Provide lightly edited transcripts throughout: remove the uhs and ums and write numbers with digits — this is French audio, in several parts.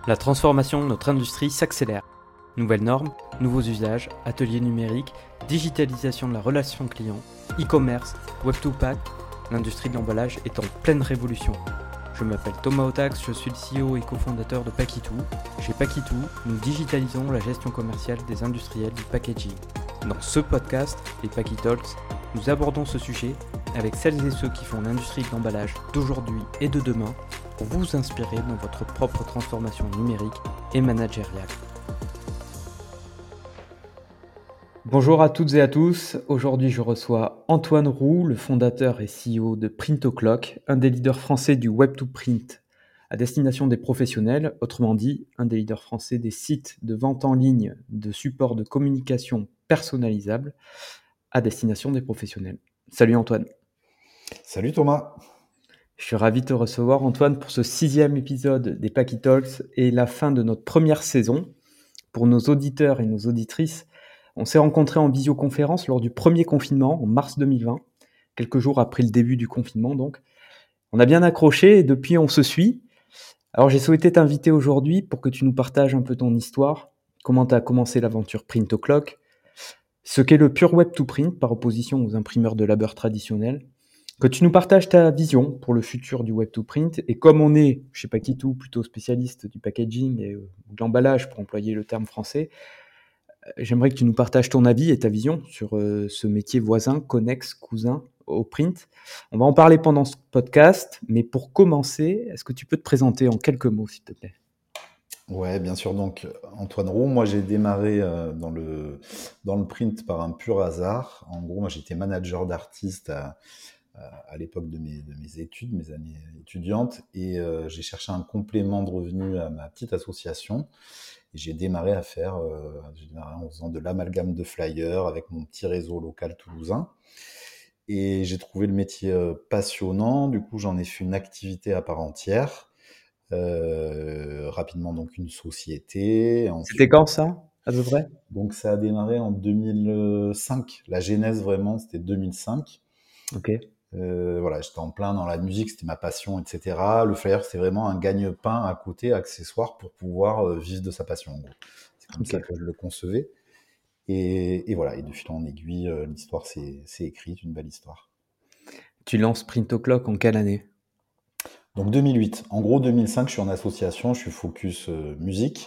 La transformation de notre industrie s'accélère. Nouvelles normes, nouveaux usages, ateliers numériques, digitalisation de la relation client, e-commerce, Web2Pack, l'industrie de l'emballage est en pleine révolution. Je m'appelle Thomas Otax, je suis le CEO et cofondateur de Paquitou. Chez Paquitou, nous digitalisons la gestion commerciale des industriels du packaging. Dans ce podcast, les Paquitalks, nous abordons ce sujet avec celles et ceux qui font l'industrie de l'emballage d'aujourd'hui et de demain pour vous inspirer dans votre propre transformation numérique et managériale. Bonjour à toutes et à tous, aujourd'hui je reçois Antoine Roux, le fondateur et CEO de Print-O'Clock, un des leaders français du Web2Print à destination des professionnels, autrement dit, un des leaders français des sites de vente en ligne de support de communication personnalisable à destination des professionnels. Salut Antoine. Salut Thomas. Je suis ravi de te recevoir Antoine pour ce 6e épisode des Packy Talks et la fin de notre première saison. Pour nos auditeurs et nos auditrices, on s'est rencontrés en visioconférence lors du premier confinement en mars 2020, quelques jours après le début du confinement donc. On a bien accroché et depuis on se suit. Alors j'ai souhaité t'inviter aujourd'hui pour que tu nous partages un peu ton histoire, comment tu as commencé l'aventure Print-O'Clock, ce qu'est le pure web to print par opposition aux imprimeurs de labeur traditionnels, que tu nous partages ta vision pour le futur du web to print et comme on est, je sais pas qui tout, plutôt spécialiste du packaging et de l'emballage pour employer le terme français, j'aimerais que tu nous partages ton avis et ta vision sur ce métier voisin, connexe, cousin au print. On va en parler pendant ce podcast, mais pour commencer, est-ce que tu peux te présenter en quelques mots, s'il te plaît ? Ouais, bien sûr. Donc, Antoine Roux, moi j'ai démarré dans le print par un pur hasard. En gros, moi j'étais manager d'artistes à l'époque de mes études, mes années étudiantes, et j'ai cherché un complément de revenu à ma petite association. Et j'ai démarré en faisant de l'amalgame de flyers avec mon petit réseau local toulousain. Et j'ai trouvé le métier passionnant. Du coup, j'en ai fait une activité à part entière. Rapidement donc une société. C'était Ensuite, quand ça, à peu près ? donc ça a démarré en 2005. La genèse vraiment, c'était 2005. Ok. Voilà, j'étais en plein dans la musique, c'était ma passion, etc. Le flyer, c'était vraiment un gagne-pain à côté, accessoire pour pouvoir vivre de sa passion, en gros. C'est comme Ok. ça que je le concevais. Et voilà, et de fil en aiguille, l'histoire s'est écrite, une belle histoire. Tu lances Print-O'Clock en quelle année ? Donc 2008. En gros, 2005, je suis en association, je suis focus musique.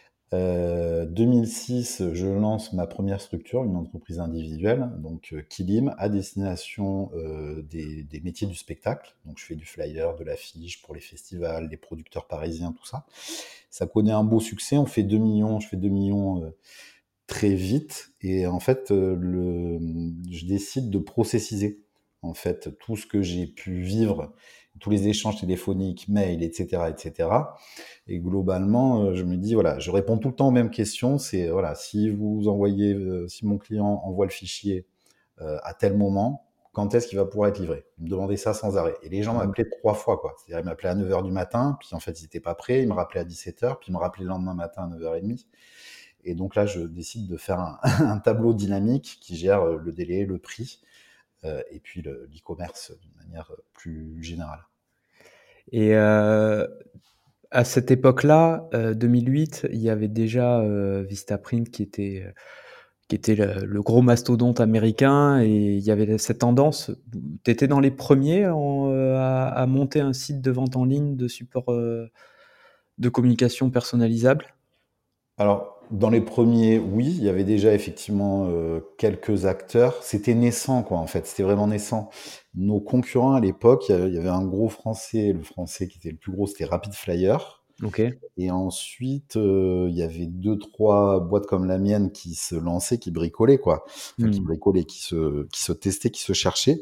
2006, je lance ma première structure, une entreprise individuelle, donc Kilim, à destination des métiers du spectacle. Donc je fais du flyer, de l'affiche pour les festivals, les producteurs parisiens, tout ça. Ça connaît un beau succès, on fait 2 millions, je fais 2 millions très vite. Et en fait, je décide de processiser en fait tout ce que j'ai pu vivre, tous les échanges téléphoniques, mails, etc., etc. Et globalement, je me dis voilà, je réponds tout le temps aux mêmes questions. C'est voilà, si mon client envoie le fichier à tel moment, quand est-ce qu'il va pouvoir être livré? Il me demandait ça sans arrêt. Et les gens m'appelaient 3 fois, quoi. C'est-à-dire, ils m'appelaient à 9h du matin, puis en fait, ils n'étaient pas prêts. Ils me rappelaient à 17h, puis ils me rappelaient le lendemain matin à 9h30. Et donc là, je décide de faire un tableau dynamique qui gère le délai, le prix, et puis l'e-commerce d'une manière plus générale. Et à cette époque-là, 2008, il y avait déjà Vistaprint qui était le gros mastodonte américain et il y avait cette tendance. Tu étais dans les premiers à monter un site de vente en ligne de support de communication personnalisable ? Alors, dans les premiers, oui, il y avait déjà effectivement quelques acteurs. C'était naissant, quoi, en fait. C'était vraiment naissant. Nos concurrents à l'époque, il y avait un gros français, le français qui était le plus gros, c'était Rapid Flyer. Ok. Et ensuite, il y avait 2, 3 boîtes comme la mienne qui se lançaient, qui bricolaient, quoi. Enfin, qui bricolaient, qui se testaient, qui se cherchaient.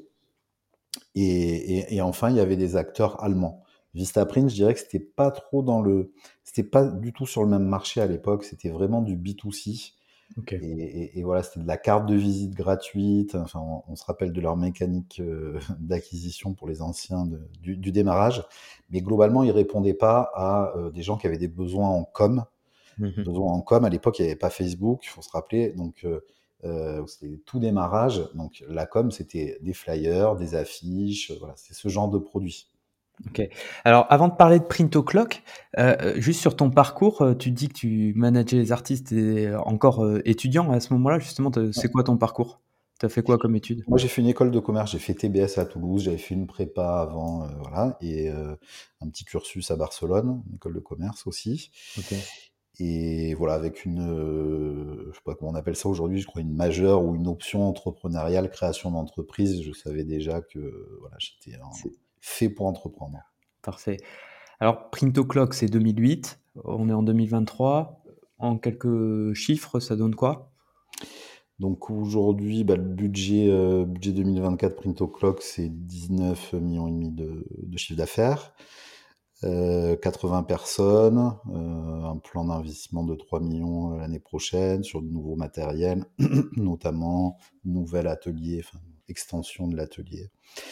Et enfin, il y avait des acteurs allemands. Vistaprint, je dirais que c'était pas du tout sur le même marché à l'époque. C'était vraiment du B2C. Ok. Et voilà, c'était de la carte de visite gratuite. Enfin, on se rappelle de leur mécanique d'acquisition pour les anciens du démarrage. Mais globalement, ils répondaient pas à des gens qui avaient des besoins en com. Mhm. Besoins en com, à l'époque, il n'y avait pas Facebook, il faut se rappeler. Donc, c'était tout démarrage. Donc, la com, c'était des flyers, des affiches. Voilà, c'est ce genre de produit. OK. Alors avant de parler de Print O'Clock, juste sur ton parcours, tu dis que tu manageais les artistes et encore, étudiant à ce moment-là, justement, c'est quoi ton parcours? Tu as fait quoi comme études? Moi, j'ai fait une école de commerce, j'ai fait TBS à Toulouse, j'avais fait une prépa avant, voilà, et un petit cursus à Barcelone, une école de commerce aussi. OK. Et voilà, avec une, je sais pas comment on appelle ça aujourd'hui, je crois une majeure ou une option entrepreneuriale, création d'entreprise. Je savais déjà que voilà, j'étais C'est fait pour entreprendre. parfait. Alors Print O'Clock, c'est 2008, on est en 2023. En quelques chiffres, ça donne quoi? Donc aujourd'hui, bah, le budget 2024 Print O'Clock, c'est 19,5 millions de chiffre d'affaires. 80 personnes, un plan d'investissement de 3 millions l'année prochaine sur de nouveaux matériels, notamment nouvel atelier, enfin extension de l'atelier.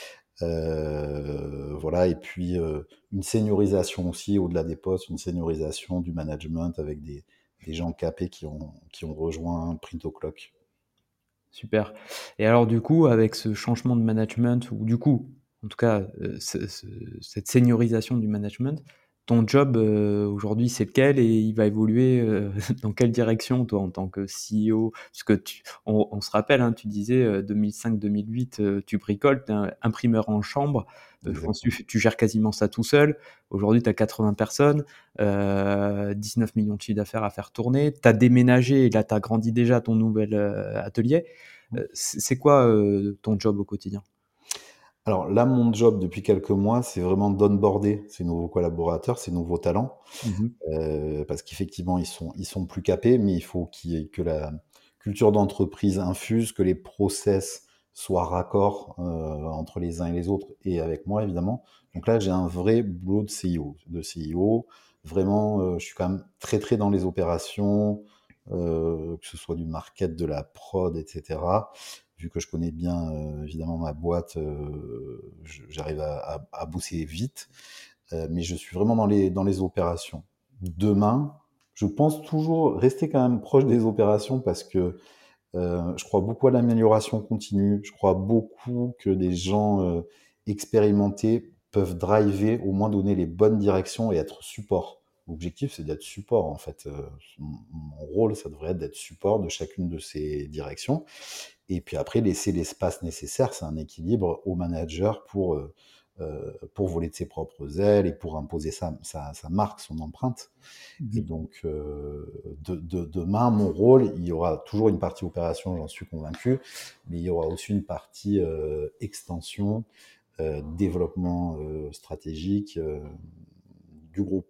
Voilà, et puis une seniorisation aussi, au-delà des postes, une seniorisation du management avec des gens capés qui ont rejoint Print O'Clock. Super. Et alors du coup, avec ce changement de management ou du coup, en tout cas, cette seniorisation du management, ton job, aujourd'hui, c'est lequel et il va évoluer, dans quelle direction toi en tant que CEO? Puisque on se rappelle, hein, tu disais, 2005-2008, tu bricoles, tu es imprimeur en chambre, je pense que Exactement. tu gères quasiment ça tout seul. Aujourd'hui, tu as 80 personnes, 19 millions de chiffre d'affaires à faire tourner. Tu as déménagé et là, tu as grandi déjà ton nouvel, atelier. C'est quoi, ton job au quotidien? Alors là, mon job depuis quelques mois, c'est vraiment d'onboarder ces nouveaux collaborateurs, ces nouveaux talents. Mmh. Parce qu'effectivement, ils sont plus capés, mais il faut que la culture d'entreprise infuse, que les process soient raccords entre les uns et les autres, et avec moi, évidemment. Donc là, j'ai un vrai boulot de CEO. Vraiment, je suis quand même très, très dans les opérations, que ce soit du market, de la prod, etc. Vu que je connais bien, évidemment, ma boîte, j'arrive à bosser vite. Mais je suis vraiment dans les opérations. Demain, je pense toujours rester quand même proche des opérations parce que je crois beaucoup à l'amélioration continue. Je crois beaucoup que des gens expérimentés peuvent driver, au moins donner les bonnes directions et être support. L'objectif, c'est d'être support, en fait. Mon rôle, ça devrait être d'être support de chacune de ces directions. Et puis après, laisser l'espace nécessaire, c'est un équilibre au manager pour voler de ses propres ailes et pour imposer sa marque, son empreinte. Et Mmh. donc, demain, mon rôle, il y aura toujours une partie opération, j'en suis convaincu, mais il y aura aussi une partie extension, développement stratégique du groupe.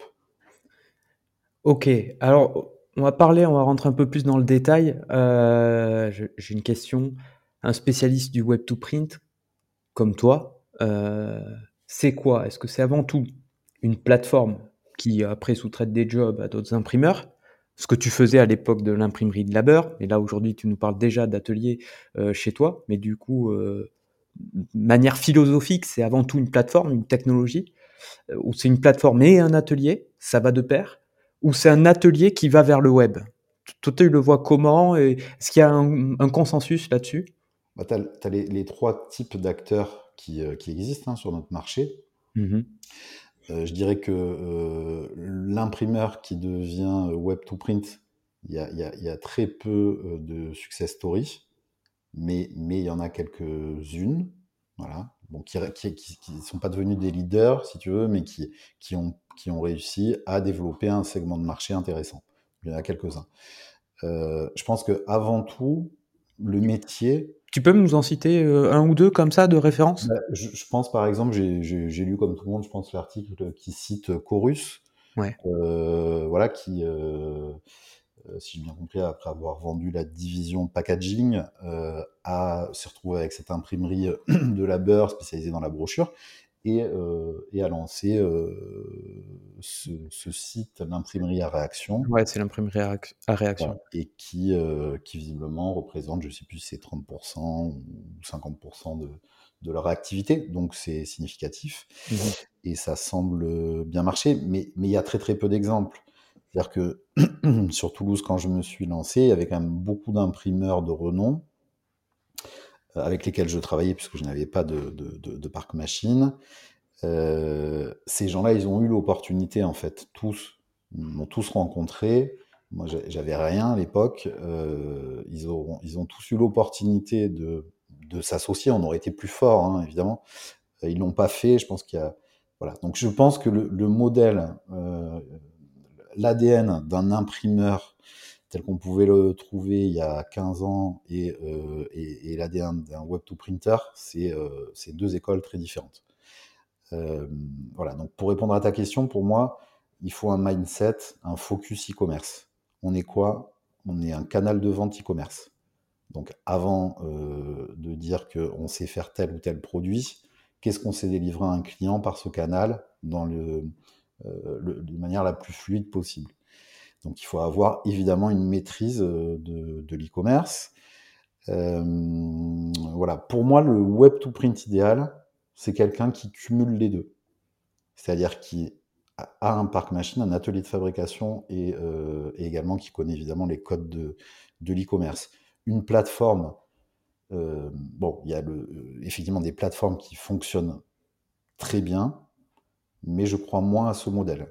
OK, alors on va rentrer un peu plus dans le détail. J'ai une question. Un spécialiste du web to print comme toi, c'est quoi? Est-ce que c'est avant tout une plateforme qui après sous-traite des jobs à d'autres imprimeurs? Ce que tu faisais à l'époque de l'imprimerie de labeur et là aujourd'hui tu nous parles déjà d'atelier, chez toi, mais du coup, manière philosophique, c'est avant tout une plateforme, une technologie? Ou c'est une plateforme et un atelier, ça va de pair, ou c'est un atelier qui va vers le web? Toi, tu le vois comment et est-ce qu'il y a un consensus là-dessus? Bah, tu as les trois types d'acteurs qui existent sur notre marché. Mmh. Je dirais que l'imprimeur qui devient web to print, il y a très peu de success stories, mais il y en a quelques-unes, voilà, bon, qui sont pas devenus des leaders, si tu veux, mais qui ont réussi à développer un segment de marché intéressant. Il y en a quelques-uns. Je pense que avant tout, le métier, Tu peux nous en citer, 1 ou 2 comme ça de référence? bah, je pense par exemple, j'ai lu comme tout le monde, je pense, l'article qui cite Chorus, Ouais. voilà, qui, si j'ai bien compris, après avoir vendu la division packaging, s'est retrouvé avec cette imprimerie de labeur spécialisée dans la brochure et a lancé ce site, l'imprimerie à réaction, Ouais, c'est l'imprimerie à voilà, réaction. et qui visiblement représente, je sais plus si c'est 30% ou 50% de leur activité, donc c'est significatif. Mmh. Et ça semble bien marcher, mais il y a très très peu d'exemples. C'est-à-dire que sur Toulouse, quand je me suis lancé, il y avait quand même beaucoup d'imprimeurs de renom avec lesquels je travaillais puisque je n'avais pas de parc machine. Ces gens-là, ils ont eu l'opportunité, en fait, tous, ils m'ont tous rencontré. Moi, j'avais rien à l'époque. Ils ont tous eu l'opportunité de s'associer. On aurait été plus fort, hein, évidemment. Ils l'ont pas fait. Je pense qu'il y a, voilà. Donc, je pense que le modèle, l'ADN d'un imprimeur tel qu'on pouvait le trouver il y a 15 ans et l'ADN d'un web-to-printer, c'est deux écoles très différentes. Euh, voilà, donc pour répondre à ta question, pour moi, il faut un mindset, un focus e-commerce. On est quoi? On est un canal de vente e-commerce. Donc avant de dire qu'on sait faire tel ou tel produit, qu'est-ce qu'on sait délivrer à un client par ce canal de manière la plus fluide possible. Donc il faut avoir évidemment une maîtrise de l'e-commerce. Voilà, pour moi, le web to print idéal, c'est quelqu'un qui cumule les deux. C'est-à-dire qui a un parc machine, un atelier de fabrication et également qui connaît évidemment les codes de l'e-commerce. Une plateforme, bon, il y a effectivement des plateformes qui fonctionnent très bien, mais je crois moins à ce modèle.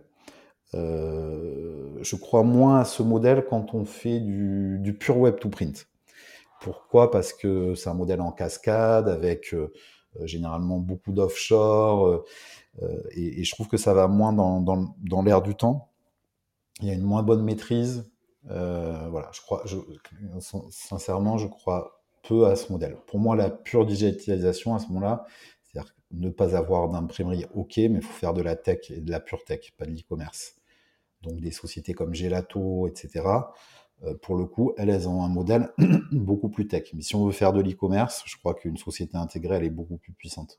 Je crois moins à ce modèle quand on fait du pur web to print. Pourquoi? Parce que c'est un modèle en cascade avec généralement beaucoup d'offshore et je trouve que ça va moins dans l'air du temps. Il y a une moins bonne maîtrise. Voilà, sincèrement, je crois peu à ce modèle. Pour moi, la pure digitalisation à ce moment-là, c'est-à-dire ne pas avoir d'imprimerie, ok, mais il faut faire de la tech et de la pure tech, pas de l'e-commerce. Donc des sociétés comme Gelato, etc. Pour le coup, elles ont un modèle beaucoup plus tech. Mais si on veut faire de l'e-commerce, je crois qu'une société intégrée, elle est beaucoup plus puissante.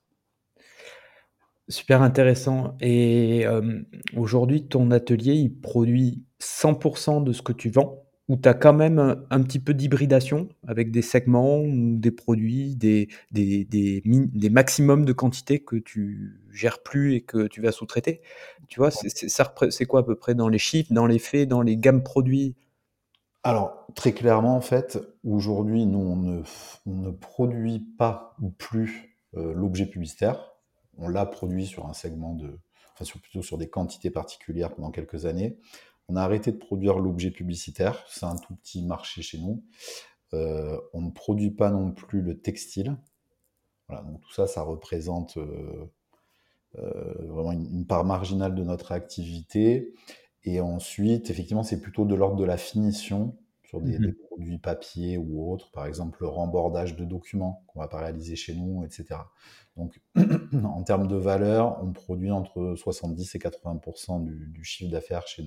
Super intéressant et aujourd'hui, ton atelier, il produit 100 de ce que tu vends? Ou tu as quand même un petit peu d'hybridation avec des segments ou des produits, des maximums de quantité que tu gères plus et que tu vas sous-traiter? Tu vois, c'est quoi à peu près dans les chiffres, dans les faits, dans les gammes produits? Alors, très clairement, en fait, aujourd'hui, nous, on ne produit pas ou plus l'objet publicitaire. On l'a produit sur un segment enfin, plutôt sur des quantités particulières pendant quelques années. On a arrêté de produire l'objet publicitaire. C'est un tout petit marché chez nous. On ne produit pas non plus le textile. Voilà, donc tout ça, ça représente vraiment une part marginale de notre activité. Et ensuite, effectivement, c'est plutôt de l'ordre de la finition sur des Mmh. produits papier ou autres, par exemple le rembordage de documents qu'on va pas réaliser chez nous, etc. Donc, en termes de valeur, on produit entre 70 et 80% du chiffre d'affaires chez nous.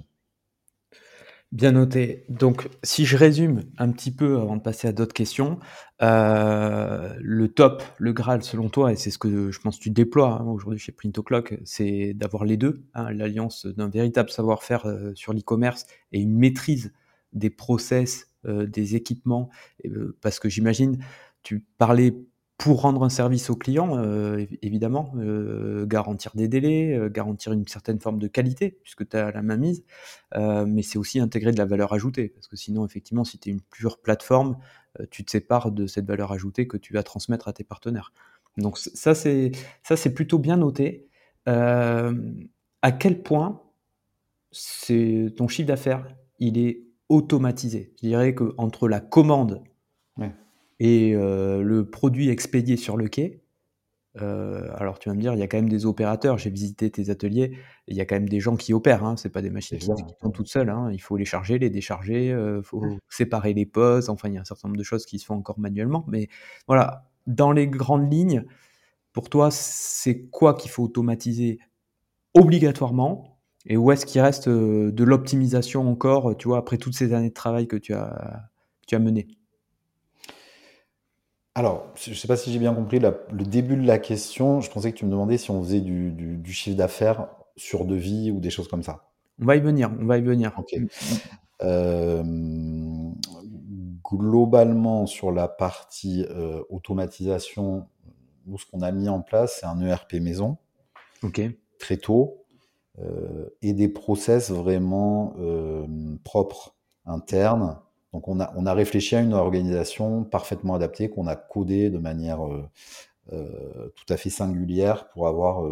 Bien noté. Donc, si je résume un petit peu avant de passer à d'autres questions, le top, le Graal selon toi, et c'est ce que je pense que tu déploies hein, aujourd'hui chez Print O'Clock, c'est d'avoir les deux, hein, l'alliance d'un véritable savoir-faire sur l'e-commerce et une maîtrise des process, des équipements, parce que j'imagine, tu parlais pour rendre un service au client, évidemment, garantir des délais, garantir une certaine forme de qualité, puisque tu as la mainmise. Mais c'est aussi intégrer de la valeur ajoutée. Parce que sinon, effectivement, si tu es une pure plateforme, tu te sépares de cette valeur ajoutée que tu vas transmettre à tes partenaires. Donc ça, c'est plutôt bien noté. À quel point ton chiffre d'affaires, il est automatisé? Je dirais qu'entre la commande Ouais. et le produit expédié sur le quai, alors tu vas me dire, il y a quand même des opérateurs. J'ai visité tes ateliers, il y a quand même des gens qui opèrent, hein. C'est pas des machines qui Évidemment. tournent toutes seules, hein. Il faut les charger, les décharger, faut séparer les poses. Enfin, il y a un certain nombre de choses qui se font encore manuellement. Mais voilà, dans les grandes lignes, pour toi, c'est quoi qu'il faut automatiser obligatoirement? Et où est-ce qu'il reste, de l'optimisation encore, tu vois, après toutes ces années de travail que tu as menées? Alors, je ne sais pas si j'ai bien compris le début de la question. Je pensais que tu me demandais si on faisait du chiffre d'affaires sur devis ou des choses comme ça. On va y venir, on va y venir. Ok. Euh, Globalement, sur la partie automatisation, nous, ce qu'on a mis en place, c'est un ERP maison OK. très tôt et des process vraiment propres, internes. Donc, on a réfléchi à une organisation parfaitement adaptée qu'on a codée de manière tout à fait singulière pour avoir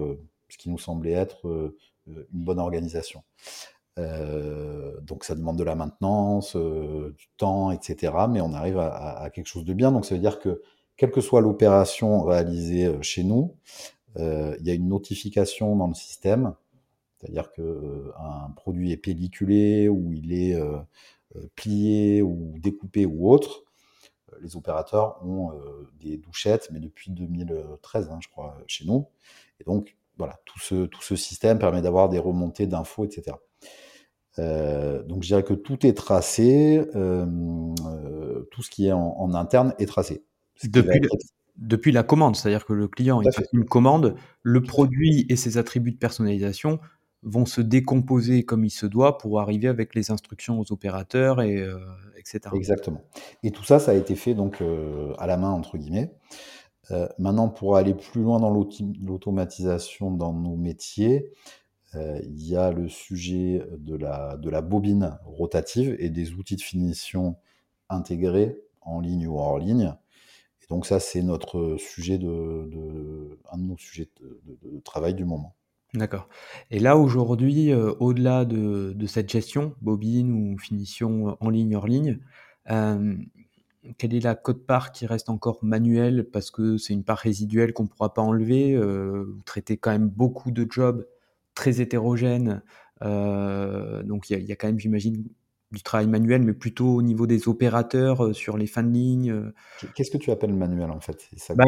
ce qui nous semblait être une bonne organisation. Donc ça demande de la maintenance, du temps, etc. Mais on arrive à quelque chose de bien. Donc ça veut dire que quelle que soit l'opération réalisée chez nous, il y a une notification dans le système, c'est-à-dire que un produit est pelliculé ou il est plié ou découpé ou autre. Les opérateurs ont des douchettes, mais depuis 2013, hein, je crois, chez nous. Et donc, voilà, tout ce système permet d'avoir des remontées d'infos, etc. Donc, je dirais que tout est tracé, tout ce qui est en interne est tracé. Ce qui va Depuis, être... depuis la commande, c'est-à-dire que le client, Tout il à passe fait, une commande, le tout à fait. produit et ses attributs de personnalisation vont se décomposer comme il se doit pour arriver avec les instructions aux opérateurs etc. Exactement. Et tout ça, ça a été fait donc à la main, entre guillemets. Maintenant, pour aller plus loin dans l'automatisation dans nos métiers, il y a le sujet de la bobine rotative et des outils de finition intégrés en ligne ou hors ligne. Et donc ça, c'est notre sujet un de nos sujets de travail du moment. D'accord. Et là, aujourd'hui, au-delà de cette gestion, bobine ou finition en ligne, hors ligne, hem, quelle est la quote-part qui reste encore manuelle parce que c'est une part résiduelle qu'on ne pourra pas enlever? Vous traitez quand même beaucoup de jobs très hétérogènes, donc il y a quand même, j'imagine, du travail manuel, mais plutôt au niveau des opérateurs, sur les fins de ligne, Qu'est-ce que tu appelles manuel en fait? C'est ça bah, que...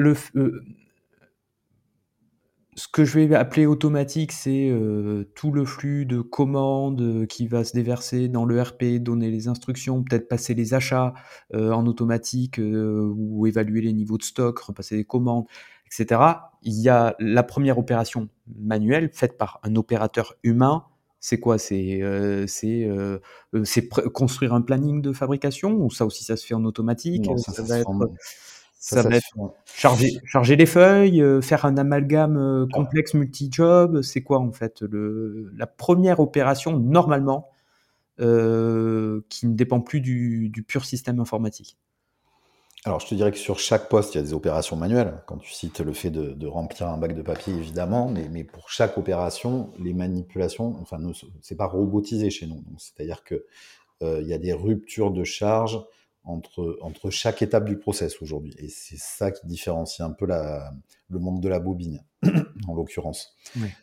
ce que je vais appeler automatique, c'est, tout le flux de commandes, qui va se déverser dans l'ERP, donner les instructions, peut-être passer les achats, en automatique, ou évaluer les niveaux de stock, repasser les commandes et cetera. Il y a la première opération manuelle faite par un opérateur humain. C'est quoi? C'est construire un planning de fabrication ou ça aussi ça se fait en automatique? Non, Ça va être ça, ça ça va se être fait charger les feuilles, faire un amalgame, alors, complexe multi-job? C'est quoi en fait la première opération normalement, qui ne dépend plus du pur système informatique? alors, je te dirais que sur chaque poste, il y a des opérations manuelles. Quand tu cites le fait de remplir un bac de papier, évidemment, mais pour chaque opération, les manipulations, enfin, c'est pas robotisé chez nous. Donc, c'est-à-dire que il y a des ruptures de charge entre chaque étape du process aujourd'hui. Et c'est ça qui différencie un peu le monde de la bobine, en l'occurrence. Oui.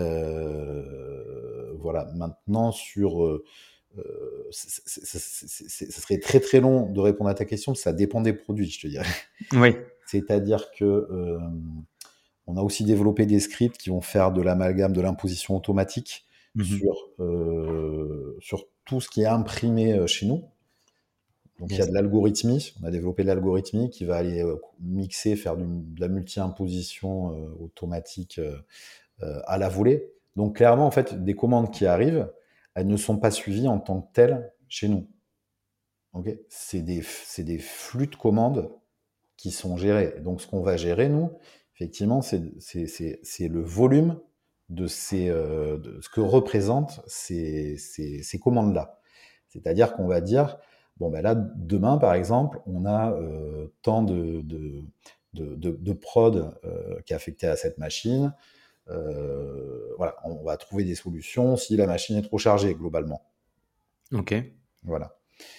Voilà. Maintenant, ça serait très très long de répondre à ta question, ça dépend des produits, je te dirais. Oui. C'est-à-dire que on a aussi développé des scripts qui vont faire de l'amalgame, de l'imposition automatique Mmh. sur tout ce qui est imprimé chez nous. Donc il y a Yes. de l'algorithmie, on a développé de l'algorithmie qui va aller mixer, faire de la multi-imposition automatique à la volée. Donc clairement, en fait, des commandes qui arrivent, elles ne sont pas suivies en tant que telles chez nous. Okay, c'est des flux de commandes qui sont gérés. Donc, ce qu'on va gérer, nous, effectivement, c'est le volume de ce que représentent ces commandes-là. C'est-à-dire qu'on va dire, bon, ben là, demain, par exemple, on a tant de prod qui est affecté à cette machine. Voilà, on va trouver des solutions si la machine est trop chargée, globalement. OK. Voilà.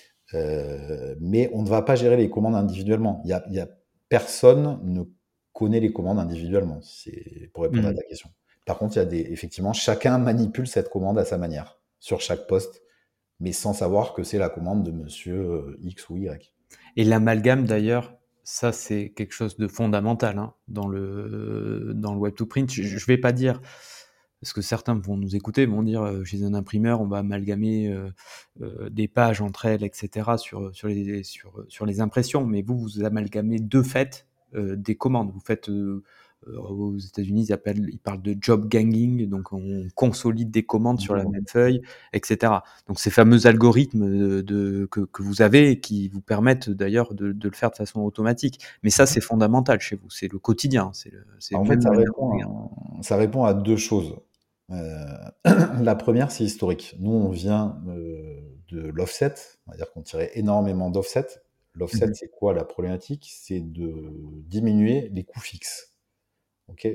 Mais on ne va pas gérer les commandes individuellement. Personne ne connaît les commandes individuellement, c'est pour répondre à Mmh. ta question. Par contre, effectivement, chacun manipule cette commande à sa manière, sur chaque poste, mais sans savoir que c'est la commande de monsieur X ou Y. Et l'amalgame d'ailleurs, ça c'est quelque chose de fondamental, hein, dans le web to print. Je vais pas dire parce que certains vont nous écouter, vont dire, chez un imprimeur, on va amalgamer, des pages entre elles et cetera sur les impressions. Mais vous amalgamez de fait, des commandes. Vous faites, aux États-Unis, ils parlent de job ganging, donc on consolide des commandes sur la Mhm. même feuille et cetera. Donc ces fameux algorithmes que vous avez et qui vous permettent d'ailleurs de le faire de façon automatique. Mais ça, c'est Mhm. fondamental chez vous, c'est le quotidien, c'est En fait, même le nerf de la guerre. ça répond à deux choses. Euh, la première, c'est historique. Nous, on vient de l'offset, on va dire qu'on tirait énormément d'offset. L'offset, Mmh. c'est quoi la problématique? C'est de diminuer les coûts fixes. Ok.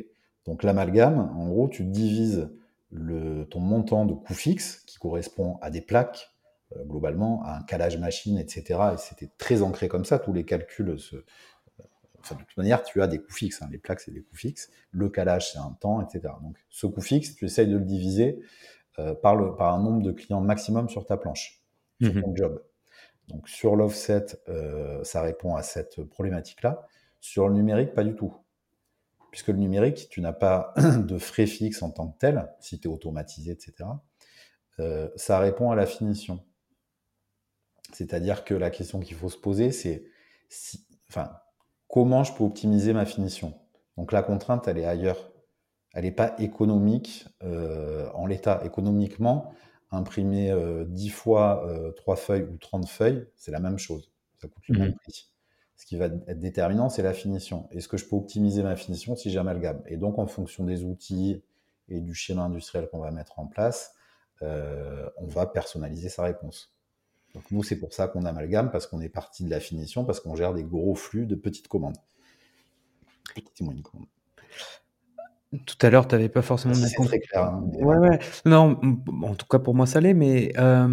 Donc l'amalgame, en gros, tu divises ton montant de coût fixe, qui correspond à des plaques, globalement, à un calage machine, etc. Et c'était très ancré comme ça, tous les calculs enfin, de toute manière, tu as des coûts fixes. Hein. Les plaques, c'est des coûts fixes. Le calage, c'est un temps, etc. Donc, ce coût fixe, tu essayes de le diviser par un nombre de clients maximum sur ta planche, sur Mhm. ton job. Donc, sur l'offset, ça répond à cette problématique-là. Sur le numérique, pas du tout. Puisque le numérique, tu n'as pas de frais fixes en tant que tel, si tu es automatisé, etc. Ça répond à la finition. C'est-à-dire que la question qu'il faut se poser, c'est enfin, comment je peux optimiser ma finition. Donc la contrainte, elle est ailleurs. Elle n'est pas économique en l'état. Économiquement, imprimer 10 fois 3 feuilles ou 30 feuilles, c'est la même chose. Ça coûte le même Mhm. prix. Ce qui va être déterminant, c'est la finition. Est-ce que je peux optimiser ma finition si j'amalgame? Et donc, en fonction des outils et du schéma industriel qu'on va mettre en place, on va personnaliser sa réponse. Donc nous, c'est pour ça qu'on amalgame, parce qu'on est parti de la finition, parce qu'on gère des gros flux de petites commandes. Petites et moyennes commandes. Tout à l'heure, tu avais pas Je sais forcément pas bien si c'est compris. très clair, hein, mais Ouais, voilà. ouais. Non, en tout cas pour moi ça l'est, mais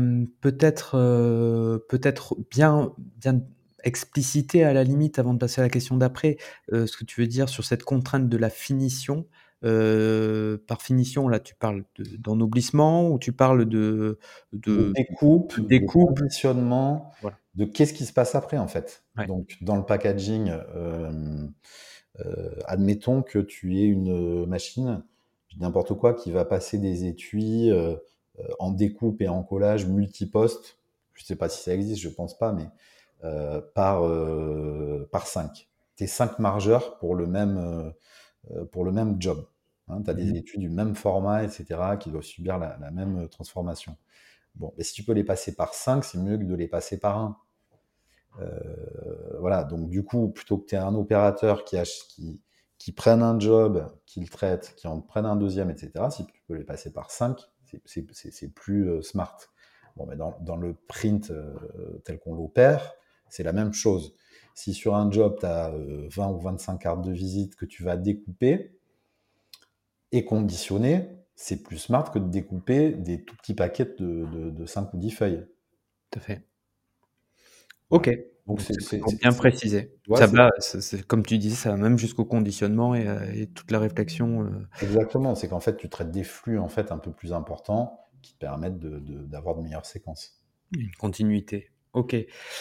peut-être bien expliciter à la limite avant de passer à la question d'après, ce que tu veux dire sur cette contrainte de la finition. Par finition, là, tu parles d'ennoblissement ou tu parles De de découpe, de découpe? conditionnement, Voilà. de qu'est-ce qui se passe après, en fait. Ouais. Donc, dans le packaging, admettons que tu aies une machine, je dis n'importe quoi, qui va passer des étuis en découpe et en collage multiposte. Je ne sais pas si ça existe, je pense pas, mais par 5. Tu es 5 margeurs pour le même job. Hein, tu as des Mmh. étuis du même format, etc., qui doivent subir la même transformation. Bon, mais si tu peux les passer par 5, c'est mieux que de les passer par un. Voilà, donc du coup, plutôt que tu aies un opérateur qui prenne un job, qui le traite, qui en prenne un deuxième, etc., si tu peux les passer par 5, c'est plus smart. Bon, mais dans le print tel qu'on l'opère, c'est la même chose. Si sur un job, tu as 20 ou 25 cartes de visite que tu vas découper et conditionner, c'est plus smart que de découper des tout petits paquets de 5 ou 10 feuilles. Tout à fait. OK, Voilà. Donc donc c'est pour bien préciser. tu vois, Ça va, c'est comme tu disais, ça va même jusqu'au conditionnement et toute la réflexion, exactement, c'est qu'en fait, tu traites des flux en fait un peu plus importants qui te permettent d'avoir de meilleures séquences. une continuité. OK.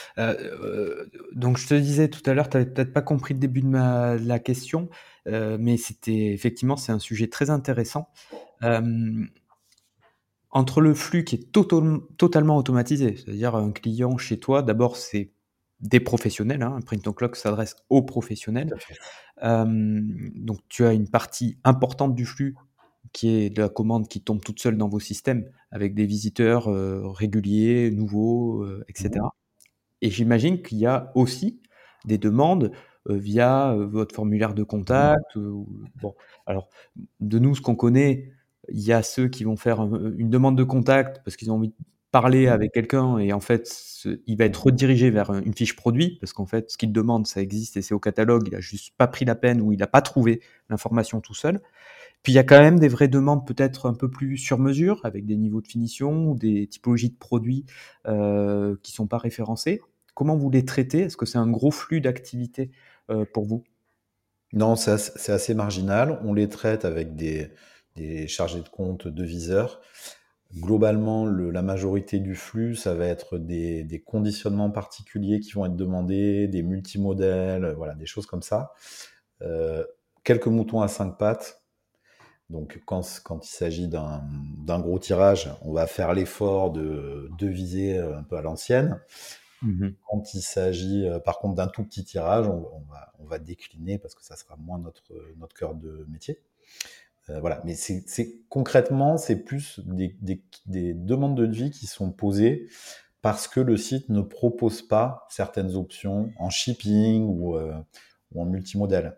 Donc je te disais tout à l'heure, tu avais peut-être pas compris le début de la question, mais c'était effectivement, c'est un sujet très intéressant. Hem, Entre le flux qui est totalement automatisé, c'est-à-dire un client chez toi, d'abord, c'est des professionnels, hein, Print to Clock s'adresse aux professionnels. Tout à fait. Donc tu as une partie importante du flux qui est de la commande qui tombe toute seule dans vos systèmes avec des visiteurs, réguliers, nouveaux, et Mhm. cetera. Et j'imagine qu'il y a aussi des demandes, via, votre formulaire de contact, ou bon, alors de nous, ce qu'on connaît, il y a ceux qui vont faire, une demande de contact parce qu'ils ont envie de parler avec quelqu'un et en fait, il va être Mhm. redirigé vers, une fiche produit parce qu'en fait, ce qu'il demande, ça existe et c'est au catalogue. Il a juste pas pris la peine ou il a pas trouvé l'information tout seul. Puis il y a quand même des vraies demandes peut-être un peu plus sur mesure, avec des niveaux de finition ou des typologies de produits qui sont pas référencés. Comment vous les traitez? Est-ce que c'est un gros flux d'activité pour vous? Non, c'est assez marginal. On les traite avec des chargés de compte deviseurs. Globalement, la majorité du flux, ça va être des conditionnements particuliers qui vont être demandés, des multimodèles, voilà, des choses comme ça. Euh, Quelques moutons à 5 pattes. Donc, quand il s'agit d'un gros tirage, on va faire l'effort de viser un peu à l'ancienne. Mmh. Quand il s'agit, par contre, d'un tout petit tirage, on va décliner parce que ça sera moins notre cœur de métier. Voilà. Mais concrètement, c'est plus des demandes de devis qui sont posées parce que le site ne propose pas certaines options en shipping ou en multimodal.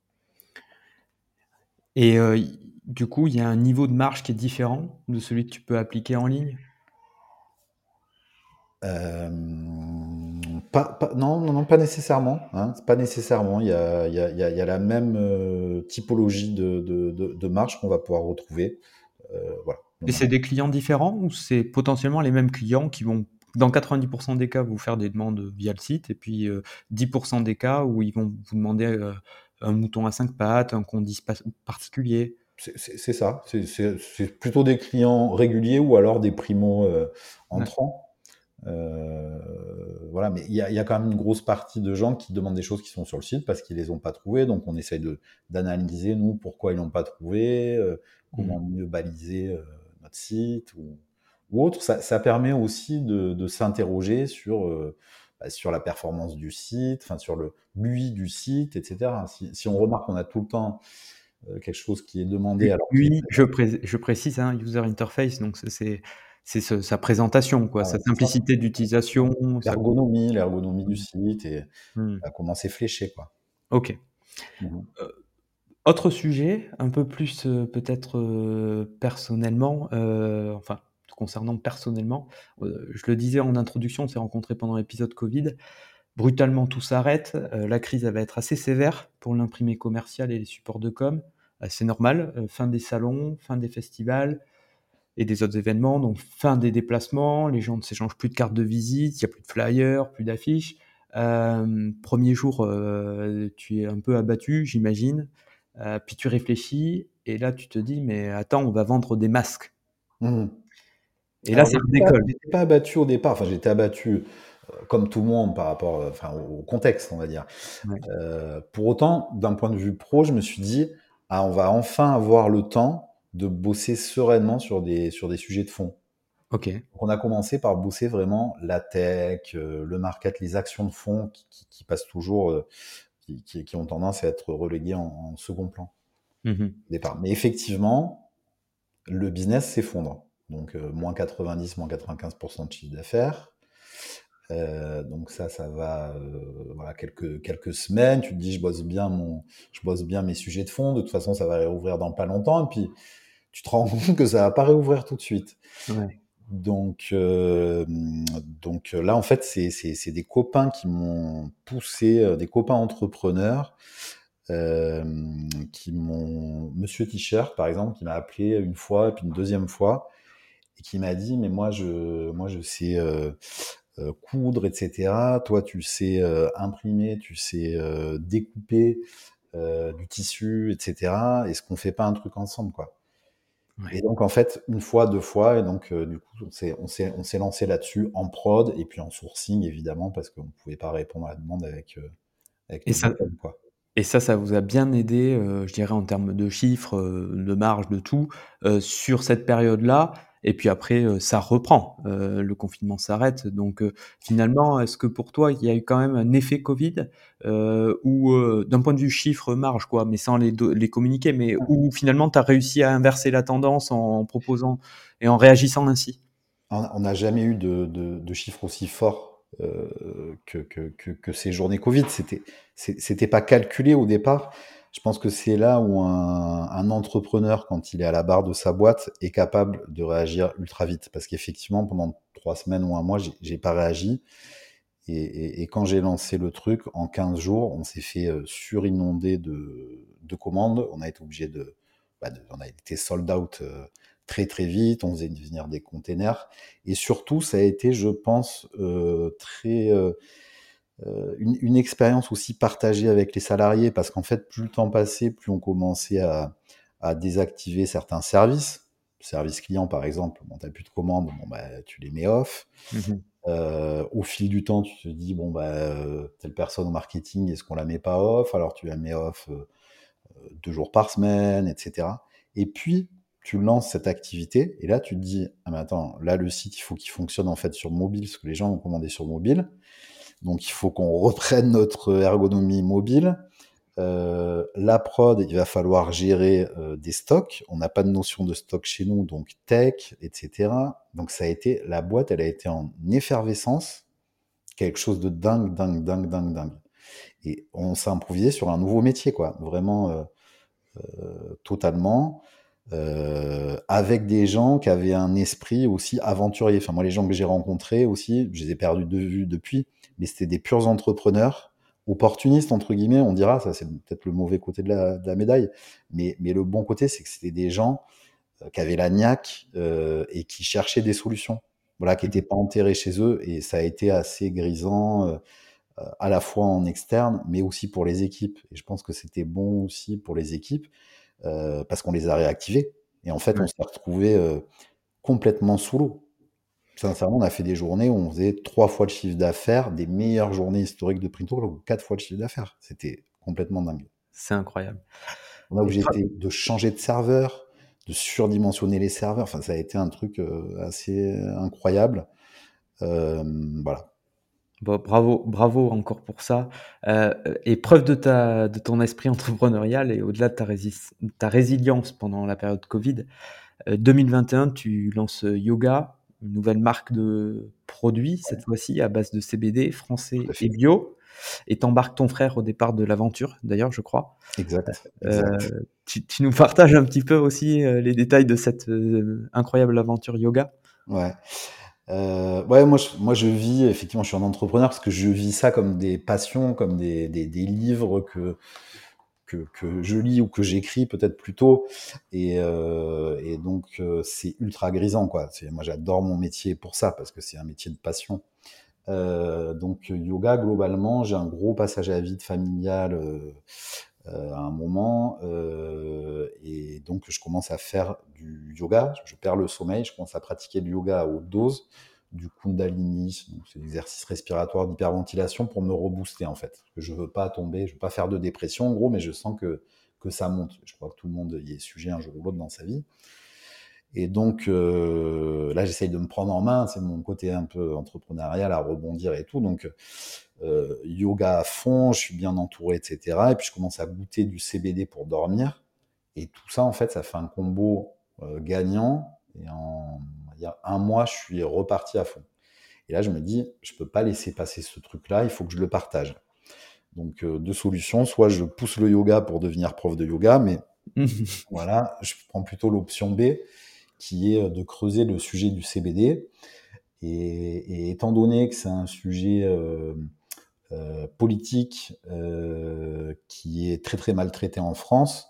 Et du coup, il y a un niveau de marge qui est différent de celui que tu peux appliquer en ligne? Euh, Non, non, non, pas nécessairement, hein, pas nécessairement. Il y a la même typologie de marge qu'on va pouvoir retrouver. Voilà. Et c'est des clients différents ou c'est potentiellement les mêmes clients qui vont, dans 90% des cas, vous faire des demandes via le site et puis 10% des cas où ils vont vous demander un mouton à 5 pattes, un condi particulier. C'est ça. C'est plutôt des clients réguliers ou alors des primo Ouais. entrants. Voilà, mais il y a quand même une grosse partie de gens qui demandent des choses qui sont sur le site parce qu'ils les ont pas trouvées. Donc on essaye d'analyser nous pourquoi ils l'ont pas trouvé, comment Mhm. mieux baliser notre site ou autre. Ça permet aussi de s'interroger sur la performance du site, enfin sur le BUI du site, etc. Si on remarque qu'on a tout le temps quelque chose qui est demandé alors qu'il Oui, je précise, hein, user interface, donc sa présentation, quoi, sa c'est ça, simplicité d'utilisation. l'ergonomie du Mhm. site et Mhm. comment c'est fléché, quoi. Ok. Mhm. Autre sujet, un peu plus peut-être personnellement, enfin concernant personnellement, je le disais en introduction, on s'est rencontrés pendant l'épisode Covid. Brutalement, tout s'arrête. La crise, elle va être assez sévère pour l'imprimé commercial et les supports de com. C'est normal. Fin des salons, fin des festivals et des autres événements, donc fin des déplacements. Les gens ne s'échangent plus de cartes de visite, il n'y a plus de flyers, plus d'affiches. Premier jour, tu es un peu abattu, j'imagine. Puis tu réfléchis et là, tu te dis, mais attends, on va vendre des masques. Mhm. Et là, Alors, ça redécolle. j'étais pas abattu au départ. Enfin, j'étais abattu comme tout le monde par rapport, enfin, au contexte, on va dire. Ouais. Pour autant, d'un point de vue pro, je me suis dit, ah, on va enfin avoir le temps de bosser sereinement sur des sujets de fond. Ok. Donc, on a commencé par bosser vraiment la tech, le market, les actions de fond qui passent toujours, qui ont tendance à être reléguées en second plan Mhm. au départ. Mais effectivement, le business s'effondre. Donc, moins 90, moins 95% de chiffre d'affaires. Donc ça va, voilà, quelques semaines. Tu te dis, je bosse bien mes sujets de fond. De toute façon, ça va réouvrir dans pas longtemps. Et puis, tu te rends compte que ça va pas réouvrir tout de suite. Ouais. Donc là, en fait, c'est des copains qui m'ont poussé, des copains entrepreneurs, euh, Monsieur T-shirt, par exemple, qui m'a appelé une fois, et puis une deuxième fois, et qui m'a dit, mais moi je sais coudre, etc. Toi, tu sais imprimer, tu sais découper du tissu, etc. Est-ce qu'on fait pas un truc ensemble, quoi? Et Ouais. donc, en fait, une fois, deux fois, et donc, du coup, on s'est lancé là-dessus en prod et puis en sourcing, évidemment, parce qu'on ne pouvait pas répondre à la demande avec Et notre ça, bouteille, quoi. ça vous a bien aidé, je dirais en termes de chiffres, de marge, de tout, sur cette période-là et puis après, ça reprend. Le confinement s'arrête donc finalement, est-ce que pour toi, il y a eu quand même un effet Covid, où, d'un point de vue chiffres, marge quoi, mais sans les communiquer, mais où finalement tu as réussi à inverser la tendance en proposant et en réagissant ainsi? On n'a jamais eu de chiffres aussi forts que ces journées Covid. C'était pas calculé au départ. Je pense que c'est là où un entrepreneur, quand il est à la barre de sa boîte, est capable de réagir ultra vite. Parce qu'effectivement, pendant 3 semaines ou un mois, j'ai pas réagi. Et quand j'ai lancé le truc, en 15 jours, on s'est fait surinonder de commandes. On a été obligé on a été sold out très très vite. On faisait venir des containers. Et surtout, ça a été, je pense, une expérience aussi partagée avec les salariés, parce qu'en fait, plus le temps passait, plus on commençait à désactiver certains services. Service client, par exemple, bon, t'as plus de commandes, bon, bah, tu les mets off. Mmh. Au fil du temps, tu te dis, bon, bah, telle personne au marketing, est-ce qu'on la met pas off? Alors tu la mets off 2 jours par semaine, etc. Et puis, tu lances cette activité, et là, tu te dis, ah, mais attends, là, le site, il faut qu'il fonctionne en fait sur mobile, parce que les gens ont commandé sur mobile. Donc, il faut qu'on reprenne notre ergonomie mobile. La prod, il va falloir gérer des stocks. On n'a pas de notion de stock chez nous, donc tech, etc. Donc ça a été, la boîte, elle a été en effervescence, quelque chose de dingue, dingue, dingue, dingue, dingue. Et on s'est improvisé sur un nouveau métier, quoi. Vraiment totalement. avec des gens qui avaient un esprit aussi aventurier. Enfin, moi, les gens que j'ai rencontrés aussi, je les ai perdus de vue depuis, mais c'était des purs entrepreneurs, opportunistes, entre guillemets, on dira, ça c'est peut-être le mauvais côté de la médaille, mais le bon côté, c'est que c'était des gens qui avaient la niaque et qui cherchaient des solutions, voilà, qui n'étaient pas enterrés chez eux, et ça a été assez grisant, à la fois en externe, mais aussi pour les équipes. Et je pense que c'était bon aussi pour les équipes, parce qu'on les a réactivés. Et en fait, on Ouais. s'est retrouvés complètement sous l'eau. Sincèrement, on a fait des journées où on faisait 3 fois le chiffre d'affaires, des meilleures journées historiques de Printo, ou 4 fois le chiffre d'affaires. C'était complètement dingue. C'est incroyable. On a Et obligé toi de changer de serveur, de surdimensionner les serveurs. Enfin, ça a été un truc assez incroyable. Euh, voilà. Bon, bravo encore pour ça. Et preuve de ton esprit entrepreneurial et au-delà de ta résilience pendant la période Covid, 2021, tu lances Yoga, une nouvelle marque de produits, cette fois-ci à base de CBD Tout français à et fait. bio, et t'embarques ton frère au départ de l'aventure, d'ailleurs, je crois. Exact. Exact. Tu nous partages un petit peu aussi les détails de cette incroyable aventure yoga? Ouais. Ouais, moi je vis, effectivement, je suis un entrepreneur parce que je vis ça comme des passions, comme des livres que je lis ou que j'écris peut-être plutôt. Et donc, c'est ultra grisant, quoi. Moi, j'adore mon métier pour ça, parce que c'est un métier de passion. Donc, yoga, globalement, j'ai un gros passage à vide familial à un moment. Et donc, je commence à faire du yoga. Je perds le sommeil. Je commence à pratiquer du yoga à haute dose, du kundalini, donc c'est l'exercice respiratoire d'hyperventilation pour me rebooster, en fait. Parce que je veux pas tomber, je veux pas faire de dépression, en gros, mais je sens que ça monte. Je crois que tout le monde y est sujet un jour ou l'autre dans sa vie. Et donc, là, j'essaye de me prendre en main. C'est mon côté un peu entrepreneurial à rebondir et tout. Donc, yoga à fond, je suis bien entouré, etc. Et puis, je commence à goûter du CBD pour dormir. Et tout ça, en fait, ça fait un combo gagnant. Et il y a un mois, je suis reparti à fond. Et là, je me dis, je peux pas laisser passer ce truc-là, il faut que je le partage. Donc, deux solutions. Soit je pousse le yoga pour devenir prof de yoga, mais voilà, je prends plutôt l'option B, qui est de creuser le sujet du CBD. Et étant donné que c'est un sujet politique qui est très très maltraité en France,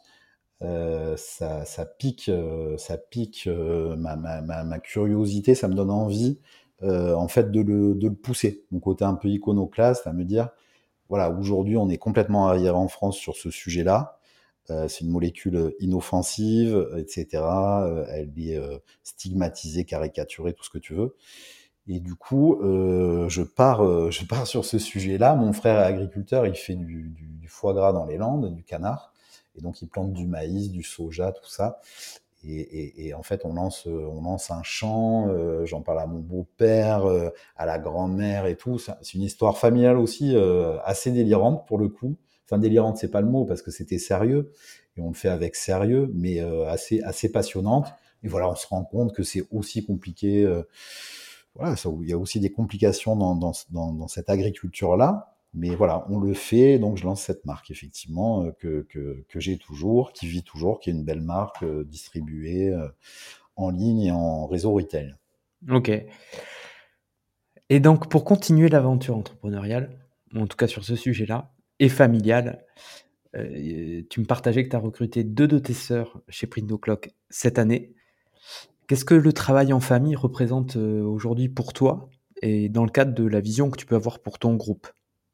ça pique ma curiosité, ça me donne envie en fait de le pousser. Mon côté un peu iconoclaste à me dire, voilà, aujourd'hui on est complètement arrière en France sur ce sujet-là. C'est une molécule inoffensive, etc. Elle est stigmatisée, caricaturée, tout ce que tu veux. Et du coup, je pars sur ce sujet-là. Mon frère est agriculteur, il fait du foie gras dans les Landes, du canard. Et donc, il plante du maïs, du soja, tout ça. Et en fait, on lance un champ. J'en parle à mon beau-père, à la grand-mère et tout. C'est une histoire familiale aussi assez délirante pour le coup. Enfin, délirante, c'est pas le mot parce que c'était sérieux et on le fait avec sérieux, mais assez passionnante. Et voilà, on se rend compte que c'est aussi compliqué. Voilà, il y a aussi des complications dans cette agriculture-là. Mais voilà, on le fait, donc je lance cette marque, effectivement, que j'ai toujours, qui vit toujours, qui est une belle marque distribuée en ligne et en réseau retail. Ok. Et donc, pour continuer l'aventure entrepreneuriale, en tout cas sur ce sujet-là, et familiale, tu me partageais que tu as recruté 2 de tes sœurs chez Print Clock cette année. Qu'est-ce que le travail en famille représente, aujourd'hui pour toi et dans le cadre de la vision que tu peux avoir pour ton groupe?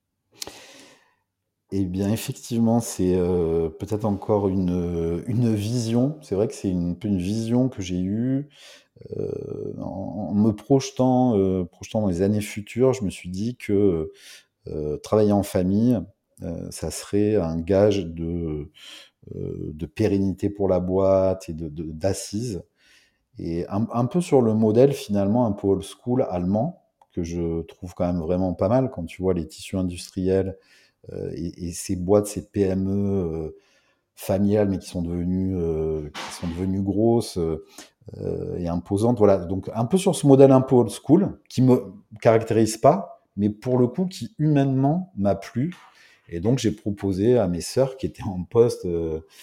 Eh bien, effectivement, c'est peut-être encore une vision. C'est vrai que c'est un peu une vision que j'ai eue en me projetant dans les années futures. Je me suis dit que travailler en famille, ça serait un gage de pérennité pour la boîte et d'assises. Et un peu sur le modèle finalement un peu old school allemand, que je trouve quand même vraiment pas mal quand tu vois les tissus industriels et ces boîtes, ces PME familiales, mais qui sont devenues grosses et imposantes. Voilà, donc un peu sur ce modèle un peu old school, qui me caractérise pas, mais pour le coup qui humainement m'a plu. Et donc j'ai proposé à mes sœurs qui étaient en poste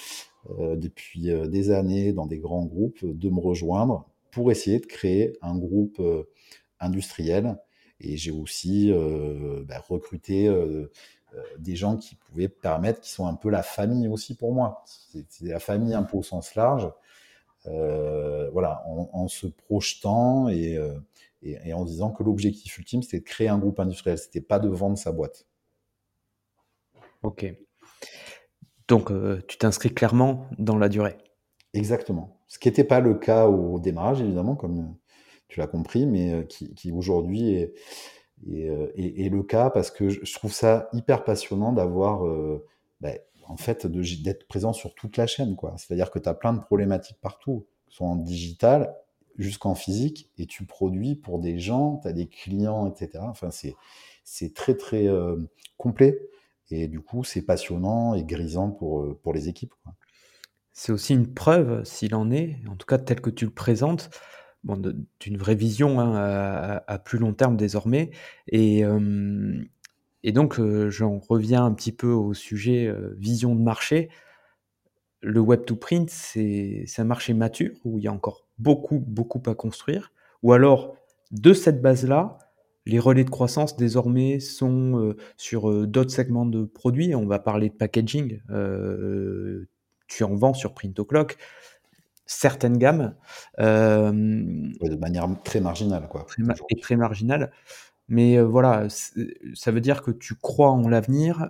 depuis des années dans des grands groupes de me rejoindre pour essayer de créer un groupe industriel. Et j'ai aussi recruté des gens qui pouvaient permettre, qui sont un peu la famille aussi pour moi. C'est la famille un peu au sens large. Voilà, en se projetant et en se disant que l'objectif ultime, c'était de créer un groupe industriel. C'était pas de vendre sa boîte. Ok. Donc, tu t'inscris clairement dans la durée. Exactement. Ce qui n'était pas le cas au démarrage, évidemment, comme tu l'as compris, mais qui aujourd'hui est le cas parce que je trouve ça hyper passionnant d'avoir, en fait, d'être présent sur toute la chaîne, quoi. C'est-à-dire que tu as plein de problématiques partout, que ce soit en digital jusqu'en physique, et tu produis pour des gens, tu as des clients, etc. Enfin, c'est très, très complet. Et du coup, c'est passionnant et grisant pour les équipes, quoi. C'est aussi une preuve, s'il en est, en tout cas tel que tu le présentes, bon, d'une vraie vision, hein, à plus long terme désormais. Et, et donc, j'en reviens un petit peu au sujet vision de marché. Le web to print, c'est un marché mature où il y a encore beaucoup, beaucoup à construire. Ou alors, de cette base-là, les relais de croissance désormais sont sur d'autres segments de produits. On va parler de packaging. Tu en vends sur Print O'Clock certaines gammes, Ouais, de manière très marginale, quoi, et aujourd'hui. très marginales. Mais voilà, ça veut dire que tu crois en l'avenir.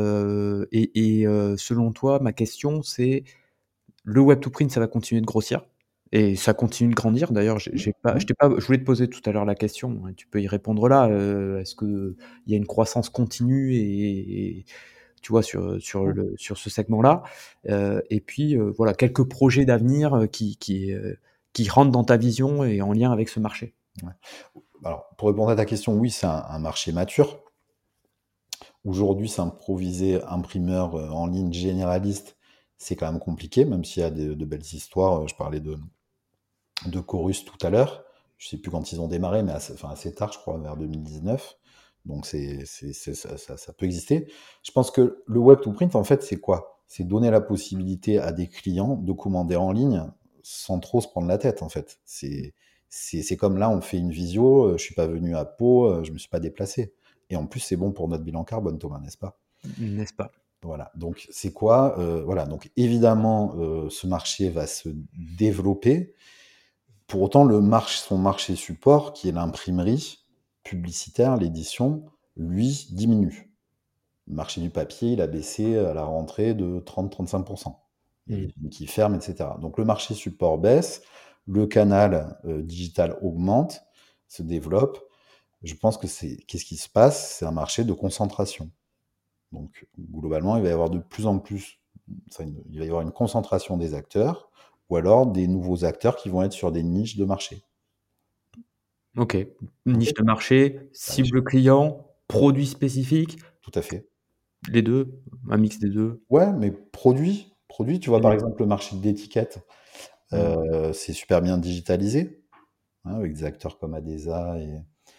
Selon toi, ma question, c'est le web to print, ça va continuer de grossir et ça continue de grandir. D'ailleurs, j'ai pas, Mhm. je voulais te poser tout à l'heure la question, hein, tu peux y répondre là. Est-ce qu'il y a une croissance continue et tu vois, sur ce segment-là. Et puis, voilà, quelques projets d'avenir qui rentrent dans ta vision et en lien avec ce marché. Ouais. Alors, pour répondre à ta question, oui, c'est un marché mature. Aujourd'hui, s'improviser imprimeur en ligne généraliste, c'est quand même compliqué, même s'il y a de belles histoires. Je parlais de Chorus tout à l'heure. Je sais plus quand ils ont démarré, mais assez tard, je crois, vers 2019. Donc ça peut exister. Je pense que le web to print, en fait, c'est quoi? C'est donner la possibilité à des clients de commander en ligne sans trop se prendre la tête, en fait. C'est comme là, on fait une visio, je suis pas venu à Pau, je me suis pas déplacé. Et en plus, c'est bon pour notre bilan carbone, Thomas, n'est-ce pas? N'est-ce pas? Voilà. Donc c'est quoi? Voilà. Donc évidemment, ce marché va se développer. Pour autant, son marché support, qui est l'imprimerie publicitaire, l'édition, lui, diminue. Le marché du papier, il a baissé à la rentrée de 30-35%. Il y a des Mmh. usines qui ferment, etc. Donc le marché support baisse, le canal digital augmente, se développe. Je pense que qu'est-ce qui se passe? C'est un marché de concentration. Donc globalement, il va y avoir de plus en plus, il va y avoir une concentration des acteurs, ou alors des nouveaux acteurs qui vont être sur des niches de marché. OK. Ok. Niche de marché, Bah, cible client, produit spécifique, tout à fait. les 2, un mix des 2. Ouais, mais produit, tu vois, par Mmh. exemple, le marché de l'étiquette, Mmh. c'est super bien digitalisé, hein, avec des acteurs comme Adesa et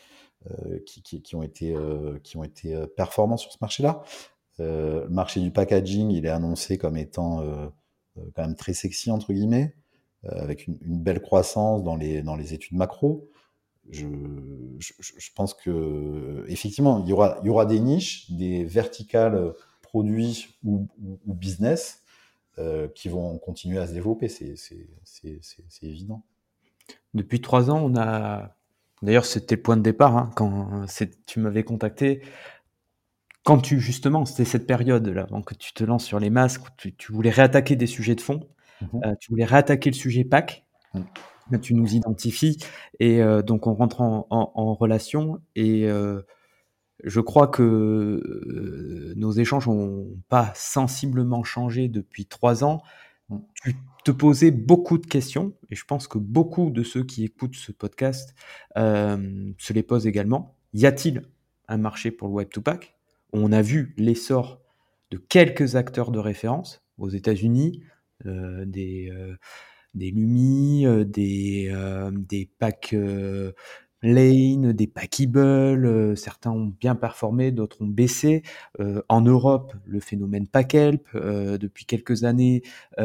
qui ont été performants sur ce marché-là. Le marché du packaging, il est annoncé comme étant quand même très sexy, entre guillemets, avec une belle croissance dans les études macro. Je, je pense que effectivement, il y aura des niches, des verticales produits ou business qui vont continuer à se développer, c'est évident. Depuis 3 ans, on a d'ailleurs, c'était le point de départ, hein, quand tu m'avais contacté. Quand justement, c'était cette période-là, avant que tu te lances sur les masques, où tu voulais réattaquer des sujets de fond, Mhm. tu voulais réattaquer le sujet PAC. Mm. Là, tu nous identifies et donc on rentre en relation et je crois que nos échanges n'ont pas sensiblement changé depuis 3 ans. Mm. Tu te posais beaucoup de questions et je pense que beaucoup de ceux qui écoutent ce podcast se les posent également. Y a-t-il un marché pour le Web2Pack? On a vu l'essor de quelques acteurs de référence aux États-Unis, des Lumi, des packs Lane, des Packable, certains ont bien performé, d'autres ont baissé. En Europe, le phénomène Packelp, depuis quelques années,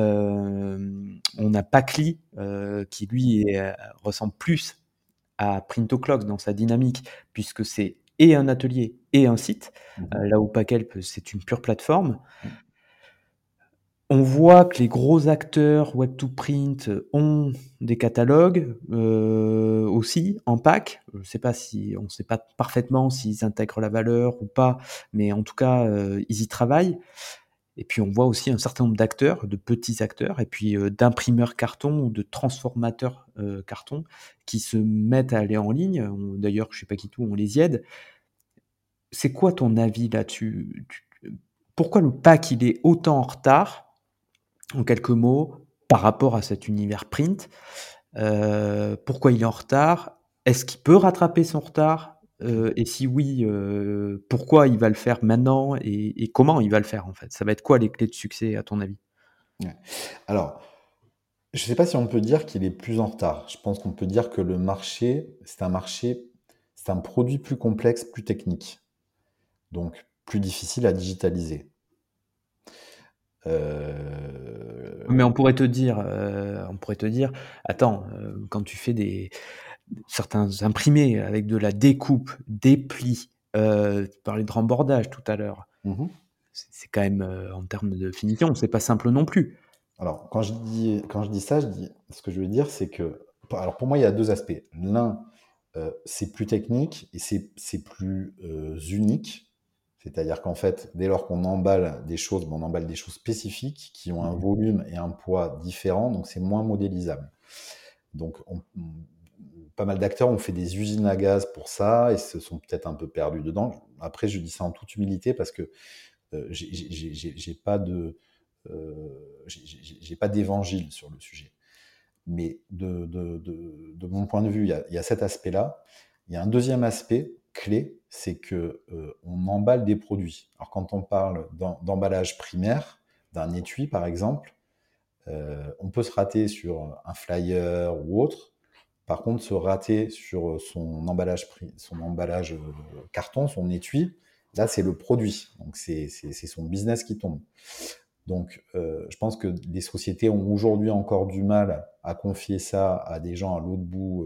on a Packly, qui lui ressemble plus à Print Clocks dans sa dynamique, puisque c'est et un atelier et un site, là où Packelp, c'est une pure plateforme. On voit que les gros acteurs Web2Print ont des catalogues aussi en pack. On ne sait pas parfaitement s'ils intègrent la valeur ou pas, mais en tout cas, ils y travaillent. Et puis on voit aussi un certain nombre d'acteurs, de petits acteurs, et puis d'imprimeurs carton ou de transformateurs carton qui se mettent à aller en ligne. D'ailleurs, je sais pas qui tout, on les y aide. C'est quoi ton avis là-dessus? Pourquoi le pack il est autant en retard? En quelques mots, par rapport à cet univers print, pourquoi il est en retard? Est-ce qu'il peut rattraper son retard? Et si oui, pourquoi il va le faire maintenant et comment il va le faire en fait? Ça va être quoi les clés de succès à ton avis? Ouais. Alors, je ne sais pas si on peut dire qu'il est plus en retard. Je pense qu'on peut dire que le marché, c'est un produit plus complexe, plus technique, donc plus difficile à digitaliser. Mais Euh, on pourrait te dire: «Attends, quand tu fais certains imprimés avec de la découpe, des plis, tu parlais de rembordage tout à l'heure, mhm. c'est quand même, en termes de finition, c'est pas simple non plus». Alors, quand je dis ça, ce que je veux dire, c'est que, alors pour moi, il y a deux aspects. L'un, c'est plus technique et c'est plus unique. C'est-à-dire qu'en fait, dès lors qu'on emballe des choses, ben, on emballe des choses spécifiques qui ont un volume et un poids différents, donc c'est moins modélisable. Donc, pas mal d'acteurs ont fait des usines à gaz pour ça et se sont peut-être un peu perdus dedans. Après, je dis ça en toute humilité parce que j'ai pas de j'ai pas d'évangile sur le sujet. Mais de mon point de vue, il y a cet aspect-là. Il y a un deuxième aspect clé, c'est que on emballe des produits. Alors quand on parle d'emballage primaire, d'un étui par exemple, on peut se rater sur un flyer ou autre. Par contre, se rater sur son emballage carton, son étui, là c'est le produit. Donc c'est son business qui tombe. Donc, je pense que les sociétés ont aujourd'hui encore du mal à confier ça à des gens à l'autre bout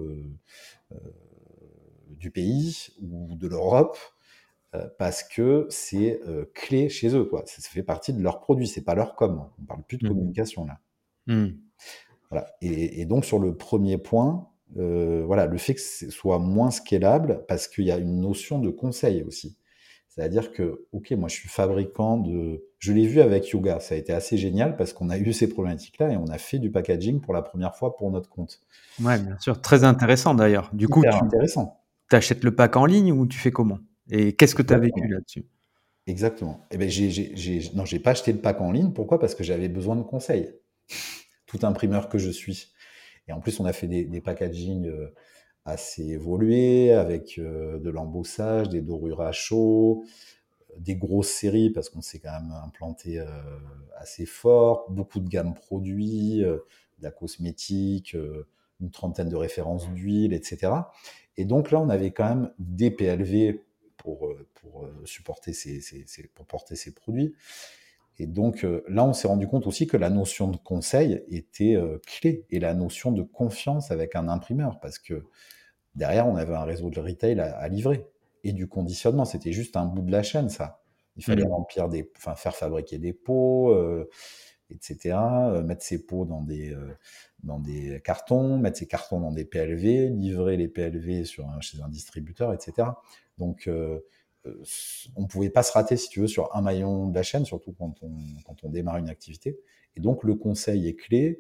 du pays ou de l'Europe parce que c'est clé chez eux, quoi. Ça fait partie de leur produit, c'est pas leur com. On parle plus de Mmh. communication là. Mmh. Voilà. Et donc sur le premier point, voilà, le fait que ce soit moins scalable, parce qu'il y a une notion de conseil aussi. C'est-à-dire que, ok, moi je suis fabricant de... Je l'ai vu avec Yoga, ça a été assez génial parce qu'on a eu ces problématiques-là et on a fait du packaging pour la première fois pour notre compte. Ouais, bien sûr, très intéressant d'ailleurs. Du coup, Hyper tu intéressant. achètes le pack en ligne ou tu fais comment? Et qu'est-ce que tu as vécu Exactement. là-dessus? Exactement. Eh ben, non, j'ai pas acheté le pack en ligne. Pourquoi? Parce que j'avais besoin de conseils. Tout imprimeur que je suis. Et en plus, on a fait des packaging assez évolués avec de l'embossage, des dorures à chaud, des grosses séries parce qu'on s'est quand même implanté assez fort, beaucoup de gammes produits, de la cosmétique, une trentaine de références d'huile, etc. Et donc là, on avait quand même des PLV pour supporter pour porter ces produits. Et donc là, on s'est rendu compte aussi que la notion de conseil était clé et la notion de confiance avec un imprimeur parce que derrière, on avait un réseau de retail à livrer et du conditionnement. C'était juste un bout de la chaîne, ça. Il fallait Mmh. faire fabriquer des pots, etc. Mettre ces pots dans des cartons, mettre ces cartons dans des PLV, livrer les PLV chez un distributeur, etc. Donc, on ne pouvait pas se rater, si tu veux, sur un maillon de la chaîne, surtout quand on démarre une activité. Et donc, le conseil est clé.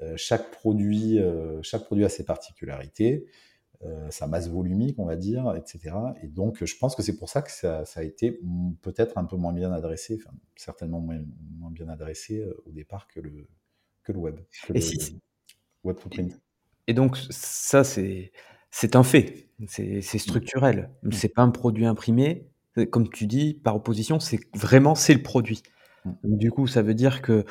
Chaque produit a ses particularités, sa masse volumique, on va dire, etc. Et donc, je pense que c'est pour ça que ça a été peut-être un peu moins bien adressé, enfin, certainement moins bien adressé au départ que le web, que Et le si web to print. et donc ça, c'est un fait, c'est Mm. structurel. Mm. C'est pas un produit imprimé, comme tu dis, par opposition, c'est le produit. Mm. Donc du coup, ça veut dire que,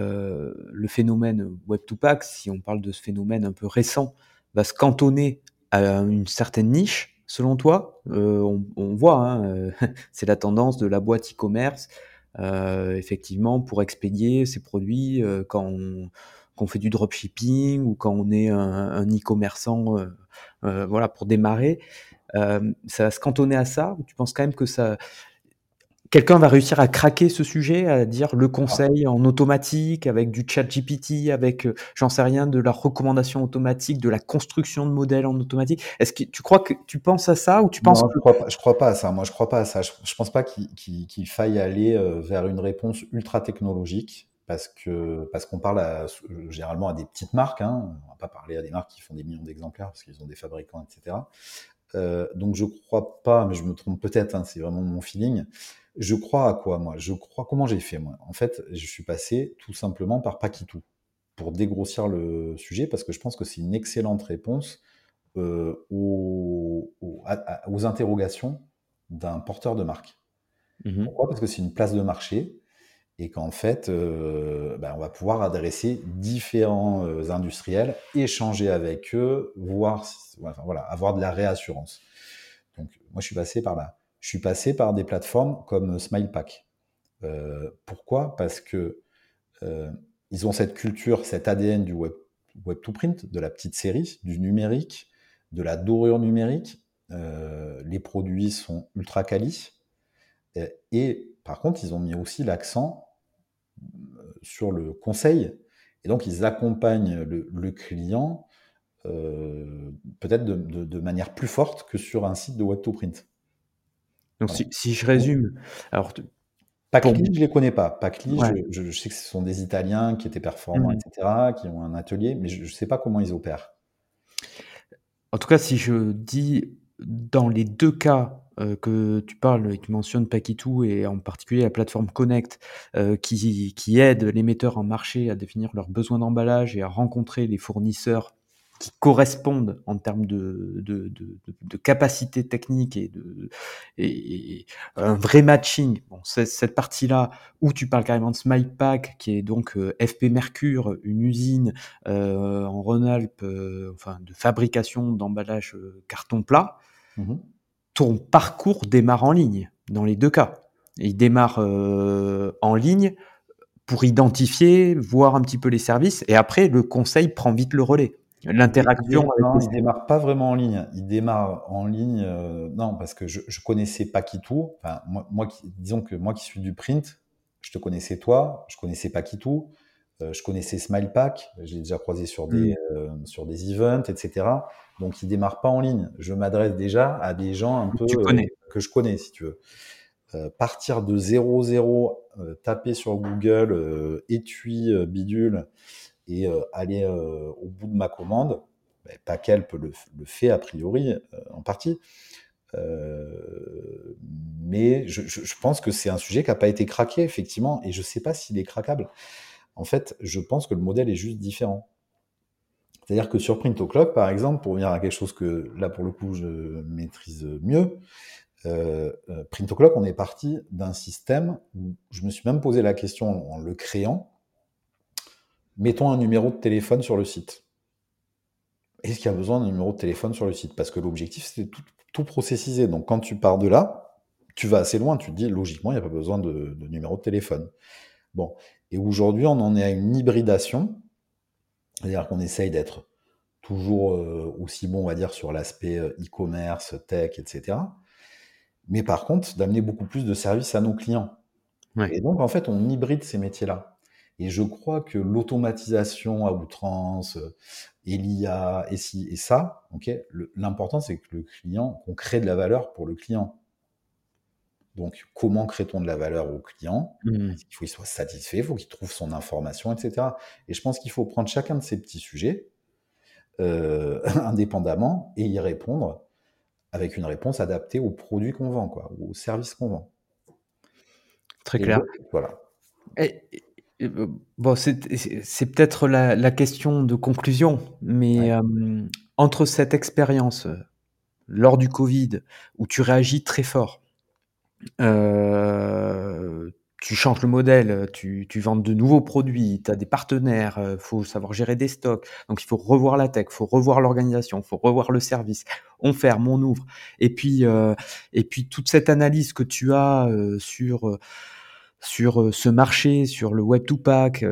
le phénomène Web2Pack, si on parle de ce phénomène un peu récent, va se cantonner à une certaine niche, selon toi? On voit, hein, c'est la tendance de la boîte e-commerce, effectivement, pour expédier ses produits, quand on fait du dropshipping ou quand on est un e-commerçant, voilà, pour démarrer. Ça va se cantonner à ça? Ou tu penses quand même que ça quelqu'un va réussir à craquer ce sujet, à dire le conseil en automatique avec du ChatGPT, avec, j'en sais rien, de la recommandation automatique, de la construction de modèles en automatique? Est-ce que tu crois que tu penses à ça ou tu penses Non, que je crois pas à ça. Moi, je crois pas à ça. Je pense pas qu'il faille aller vers une réponse ultra technologique parce qu'on parle généralement à des petites marques. Hein. On va pas parler à des marques qui font des millions d'exemplaires parce qu'ils ont des fabricants, etc. Donc, je crois pas, mais je me trompe peut-être. Hein, c'est vraiment mon feeling. Je crois à quoi, moi? Je crois comment j'ai fait, moi? En fait, je suis passé tout simplement par Paquitou pour dégrossir le sujet parce que je pense que c'est une excellente réponse aux interrogations d'un porteur de marque. mmh Pourquoi? Parce que c'est une place de marché et qu'en fait, on va pouvoir adresser différents industriels, échanger avec eux, voir, enfin, voilà, avoir de la réassurance. Donc, moi, je suis passé par là. Je suis passé par des plateformes comme SmilePack. Pourquoi? Parce que euh, ils ont cette culture, cet ADN du web to print, de la petite série, du numérique, de la dorure numérique. Les produits sont ultra quali. Et par contre, ils ont mis aussi l'accent sur le conseil. Et donc, ils accompagnent le client peut-être de manière plus forte que sur un site de web to print. Donc Voilà. si je résume, alors t pour Pacli, je les connais pas. Pacli, ouais. je sais que ce sont des Italiens qui étaient performants, Mmh. etc., qui ont un atelier, mais je sais pas comment ils opèrent. En tout cas, si je dis dans les 2 cas, que tu parles et tu mentionnes Paquitou et en particulier la plateforme Connect, qui aide les metteurs en marché à définir leurs besoins d'emballage et à rencontrer les fournisseurs qui correspondent en termes de capacité technique et un vrai matching. Bon, cette partie-là où tu parles carrément de SmilePack qui est donc, FP Mercure, une usine en Rhône-Alpes, enfin de fabrication d'emballage carton plat, Mhm. ton parcours démarre en ligne, dans les 2 cas. Il démarre, en ligne pour identifier, voir un petit peu les services et après le conseil prend vite le relais. L'interaction avec Non, les il démarre pas vraiment en ligne. Il démarre en ligne, non, parce que je connaissais Paquitou. Enfin, disons que moi qui suis du print, je te connaissais toi, je connaissais Paquitou, je connaissais SmilePack, je l'ai déjà croisé mmh, sur des events, etc. Donc, il démarre pas en ligne. Je m'adresse déjà à des gens un peu tu connais. que je connais, si tu veux. Partir de 0, taper sur Google étui bidule et aller au bout de ma commande, Pachelp le fait a priori en partie. Euh, mais je pense que c'est un sujet qui n'a pas été craqué, effectivement, et je ne sais pas s'il est craquable. En fait, je pense que le modèle est juste différent. C'est-à-dire que sur Print O'Clock, par exemple, pour venir à quelque chose que là, pour le coup, je maîtrise mieux, Print O'Clock, on est parti d'un système où je me suis même posé la question en le créant, mettons un numéro de téléphone sur le site. Est-ce qu'il y a besoin d'un numéro de téléphone sur le site? Parce que l'objectif, c'était tout processiser. Donc, quand tu pars de là, tu vas assez loin. Tu te dis, logiquement, il n'y a pas besoin de numéro de téléphone. Bon. Et aujourd'hui, on en est à une hybridation. C'est-à-dire qu'on essaye d'être toujours aussi bon, on va dire, sur l'aspect e-commerce, tech, etc. Mais par contre, d'amener beaucoup plus de services à nos clients. Ouais. Et donc, en fait, on hybride ces métiers-là. Et je crois que l'automatisation à outrance, et l'IA, et ci et ça, ok, l'important, c'est que le client, qu'on crée de la valeur pour le client. Donc, comment crée-t-on de la valeur au client? Mmh. Il faut qu'il soit satisfait, il faut qu'il trouve son information, etc. Et je pense qu'il faut prendre chacun de ces petits sujets indépendamment et y répondre avec une réponse adaptée aux produits qu'on vend, quoi, ou aux services qu'on vend. Très Et clair. voilà. Bon, c'est peut-être la question de conclusion, mais, Ouais. entre cette expérience, lors du covid où tu réagis très fort, tu changes le modèle, tu vends de nouveaux produits, tu as des partenaires, faut savoir gérer des stocks. Donc il faut revoir la tech, faut revoir l'organisation, faut revoir le service. On ferme, on ouvre. Et puis toute cette analyse que tu as, sur ce marché, sur le web 2 pack,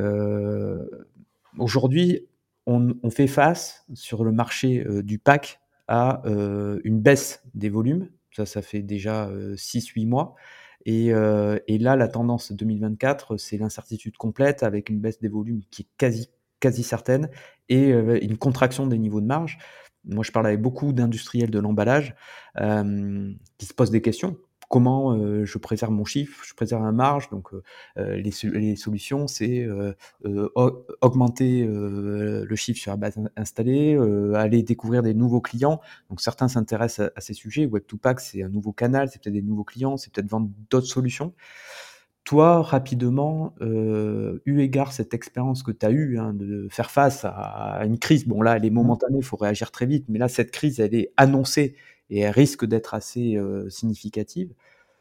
aujourd'hui, on fait face sur le marché, du pack à, une baisse des volumes. Ça fait déjà, 6-8 mois et là, la tendance 2024, c'est l'incertitude complète avec une baisse des volumes qui est quasi certaine et une contraction des niveaux de marge. Moi, je parle avec beaucoup d'industriels de l'emballage, qui se posent des questions. Comment, je préserve mon chiffre, je préserve ma marge? Donc, les solutions, c'est, augmenter, le chiffre sur la base installée, aller découvrir des nouveaux clients. Donc certains s'intéressent à ces sujets. Web2Pack, c'est un nouveau canal, c'est peut-être des nouveaux clients, c'est peut-être vendre d'autres solutions. Toi, rapidement, eu égard cette expérience que tu as eue, hein, de faire face à une crise, bon là, elle est Mmh. momentanée, il faut réagir très vite, mais là, cette crise, elle est annoncée et elle risque d'être assez significative.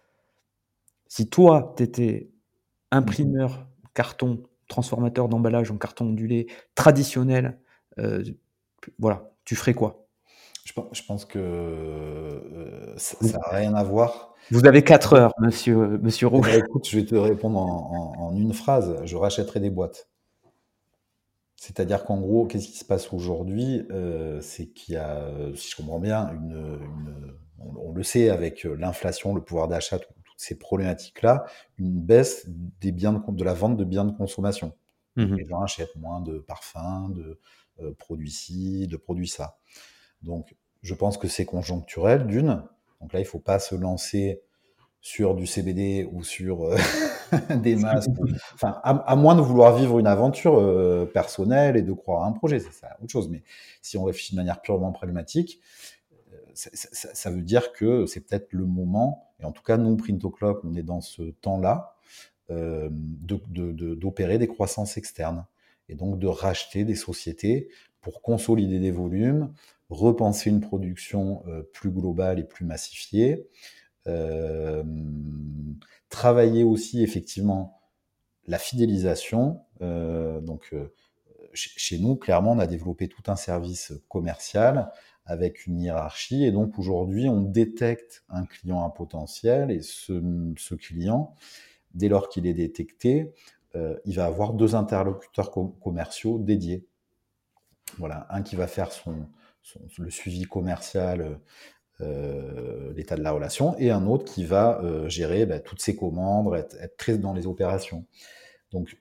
Si toi, tu étais Mmh. imprimeur carton, transformateur d'emballage en carton ondulé traditionnel, heu, voilà, tu ferais quoi? Je pense que, ça a rien à voir. Vous avez 4 heures, monsieur Eh Roux. ben, écoute, je vais te répondre en une phrase, je rachèterai des boîtes. C'est-à-dire qu'en gros, qu'est-ce qui se passe aujourd'hui? C'est qu'il y a, si je comprends bien, on le sait avec, l'inflation, le pouvoir d'achat, toutes ces problématiques-là, une baisse des biens de la vente de biens de consommation. Donc Mmh. les gens achètent moins de parfums, de, produits ci, de produits ça. Donc je pense que c'est conjoncturel d'une, donc là il faut pas se lancer sur du CBD ou sur des masques, enfin, à moins de vouloir vivre une aventure personnelle et de croire à un projet, c'est ça autre chose. Mais si on réfléchit de manière purement pragmatique, ça veut dire que c'est peut-être le moment, et en tout cas, nous, Printoclock, on est dans ce temps-là, d'opérer des croissances externes et donc de racheter des sociétés pour consolider des volumes, repenser une production plus globale et plus massifiée, euh, travailler aussi effectivement la fidélisation. Chez nous, clairement, on a développé tout un service commercial avec une hiérarchie. Et donc aujourd'hui, on détecte un client à potentiel et ce client, dès lors qu'il est détecté, il va avoir deux interlocuteurs commerciaux dédiés. Voilà, un qui va faire le suivi commercial, l'état de la relation, et un autre qui va gérer toutes ses commandes, être très dans les opérations. Donc,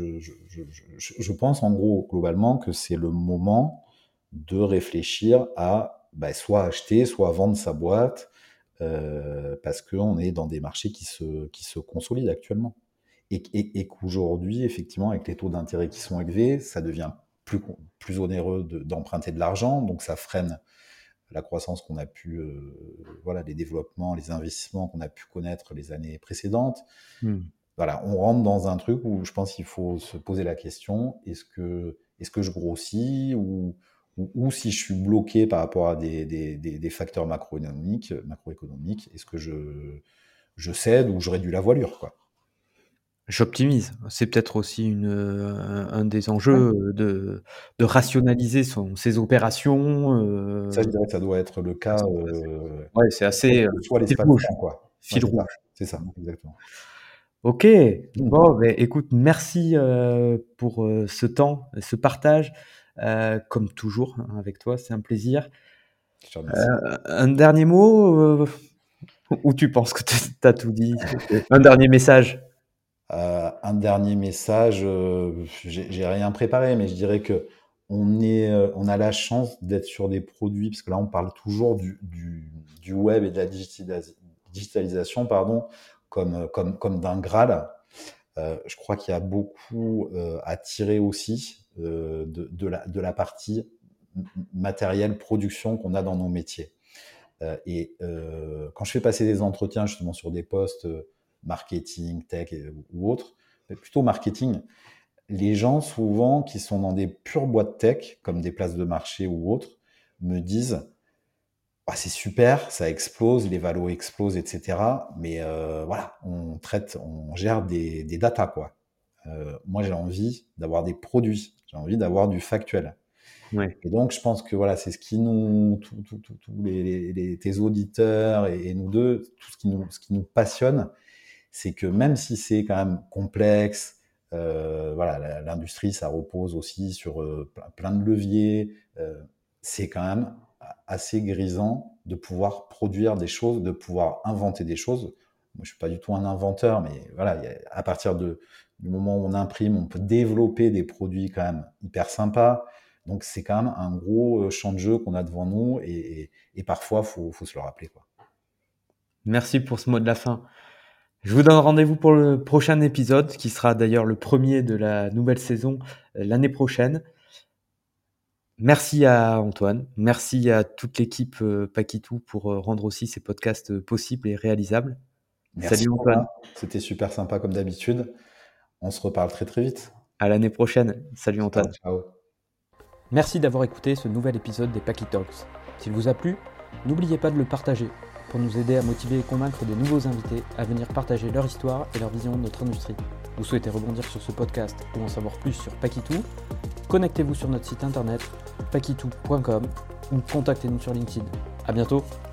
je pense en gros, globalement, que c'est le moment de réfléchir à soit acheter, soit vendre sa boîte, parce qu'on est dans des marchés qui se consolident actuellement. Et qu'aujourd'hui, effectivement, avec les taux d'intérêt qui sont élevés, ça devient plus onéreux d'emprunter de l'argent, donc ça freine la croissance qu'on a pu, voilà, les développements, les investissements qu'on a pu connaître les années précédentes. Mmh. Voilà, on rentre dans un truc où je pense qu'il faut se poser la question, est-ce que je grossis ou si je suis bloqué par rapport à des facteurs macroéconomiques, est-ce que je cède ou je réduis la voilure, quoi. J'optimise. C'est peut-être aussi un des Ouais. enjeux, de rationaliser ses opérations, Ça, je dirais que ça doit être le cas, ouais, c'est quel assez, que soit fil rouge, l'espace-temps, quoi. Ouais, fil rouge. c'est ça, exactement. OK. Mmh. Bon, beh, écoute, merci, pour, ce temps et ce partage. Comme toujours, hein, avec toi, c'est un plaisir. Je te remercie. Un dernier mot, ou tu penses que tu as tout dit? Un dernier message? Un dernier message, j'ai rien préparé, mais je dirais que on a la chance d'être sur des produits, parce que là, on parle toujours du web et de la digitalisation, pardon, comme d'un Graal. Je crois qu'il y a beaucoup à tirer aussi de la partie matérielle production qu'on a dans nos métiers. Quand je fais passer des entretiens justement sur des postes marketing, tech ou autres, mais plutôt marketing, les gens souvent qui sont dans des pures boîtes tech, comme des places de marché ou autres, me disent c'est super, ça explose, les valos explosent, etc. Mais voilà, on gère des datas, quoi. Moi, j'ai envie d'avoir des produits, j'ai envie d'avoir du factuel. Ouais. Et donc, je pense que voilà, c'est ce qui nous, tous tes auditeurs et nous deux, tout ce qui nous passionne, c'est que même si c'est quand même complexe, voilà, l'industrie, ça repose aussi sur plein de leviers, c'est quand même assez grisant de pouvoir produire des choses, de pouvoir inventer des choses. Moi, je suis pas du tout un inventeur, mais voilà, à partir du moment où on imprime, on peut développer des produits quand même hyper sympas. Donc, c'est quand même un gros champ de jeu qu'on a devant nous et parfois, faut se le rappeler, quoi. Merci pour ce mot de la fin. Je vous donne rendez-vous pour le prochain épisode, qui sera d'ailleurs le premier de la nouvelle saison l'année prochaine. Merci à Antoine, merci à toute l'équipe Paquitou pour rendre aussi ces podcasts possibles et réalisables. Merci Salut Antoine, Romain, c'était super sympa comme d'habitude. On se reparle très très vite. à l'année prochaine. Salut Ciao, Antoine. ciao. Merci d'avoir écouté ce nouvel épisode des Paki Talks. S'il vous a plu, n'oubliez pas de le partager pour nous aider à motiver et convaincre de nouveaux invités à venir partager leur histoire et leur vision de notre industrie. Vous souhaitez rebondir sur ce podcast ou en savoir plus sur Paquitou? Connectez-vous sur notre site internet paquitou.com ou contactez-nous sur LinkedIn. À bientôt.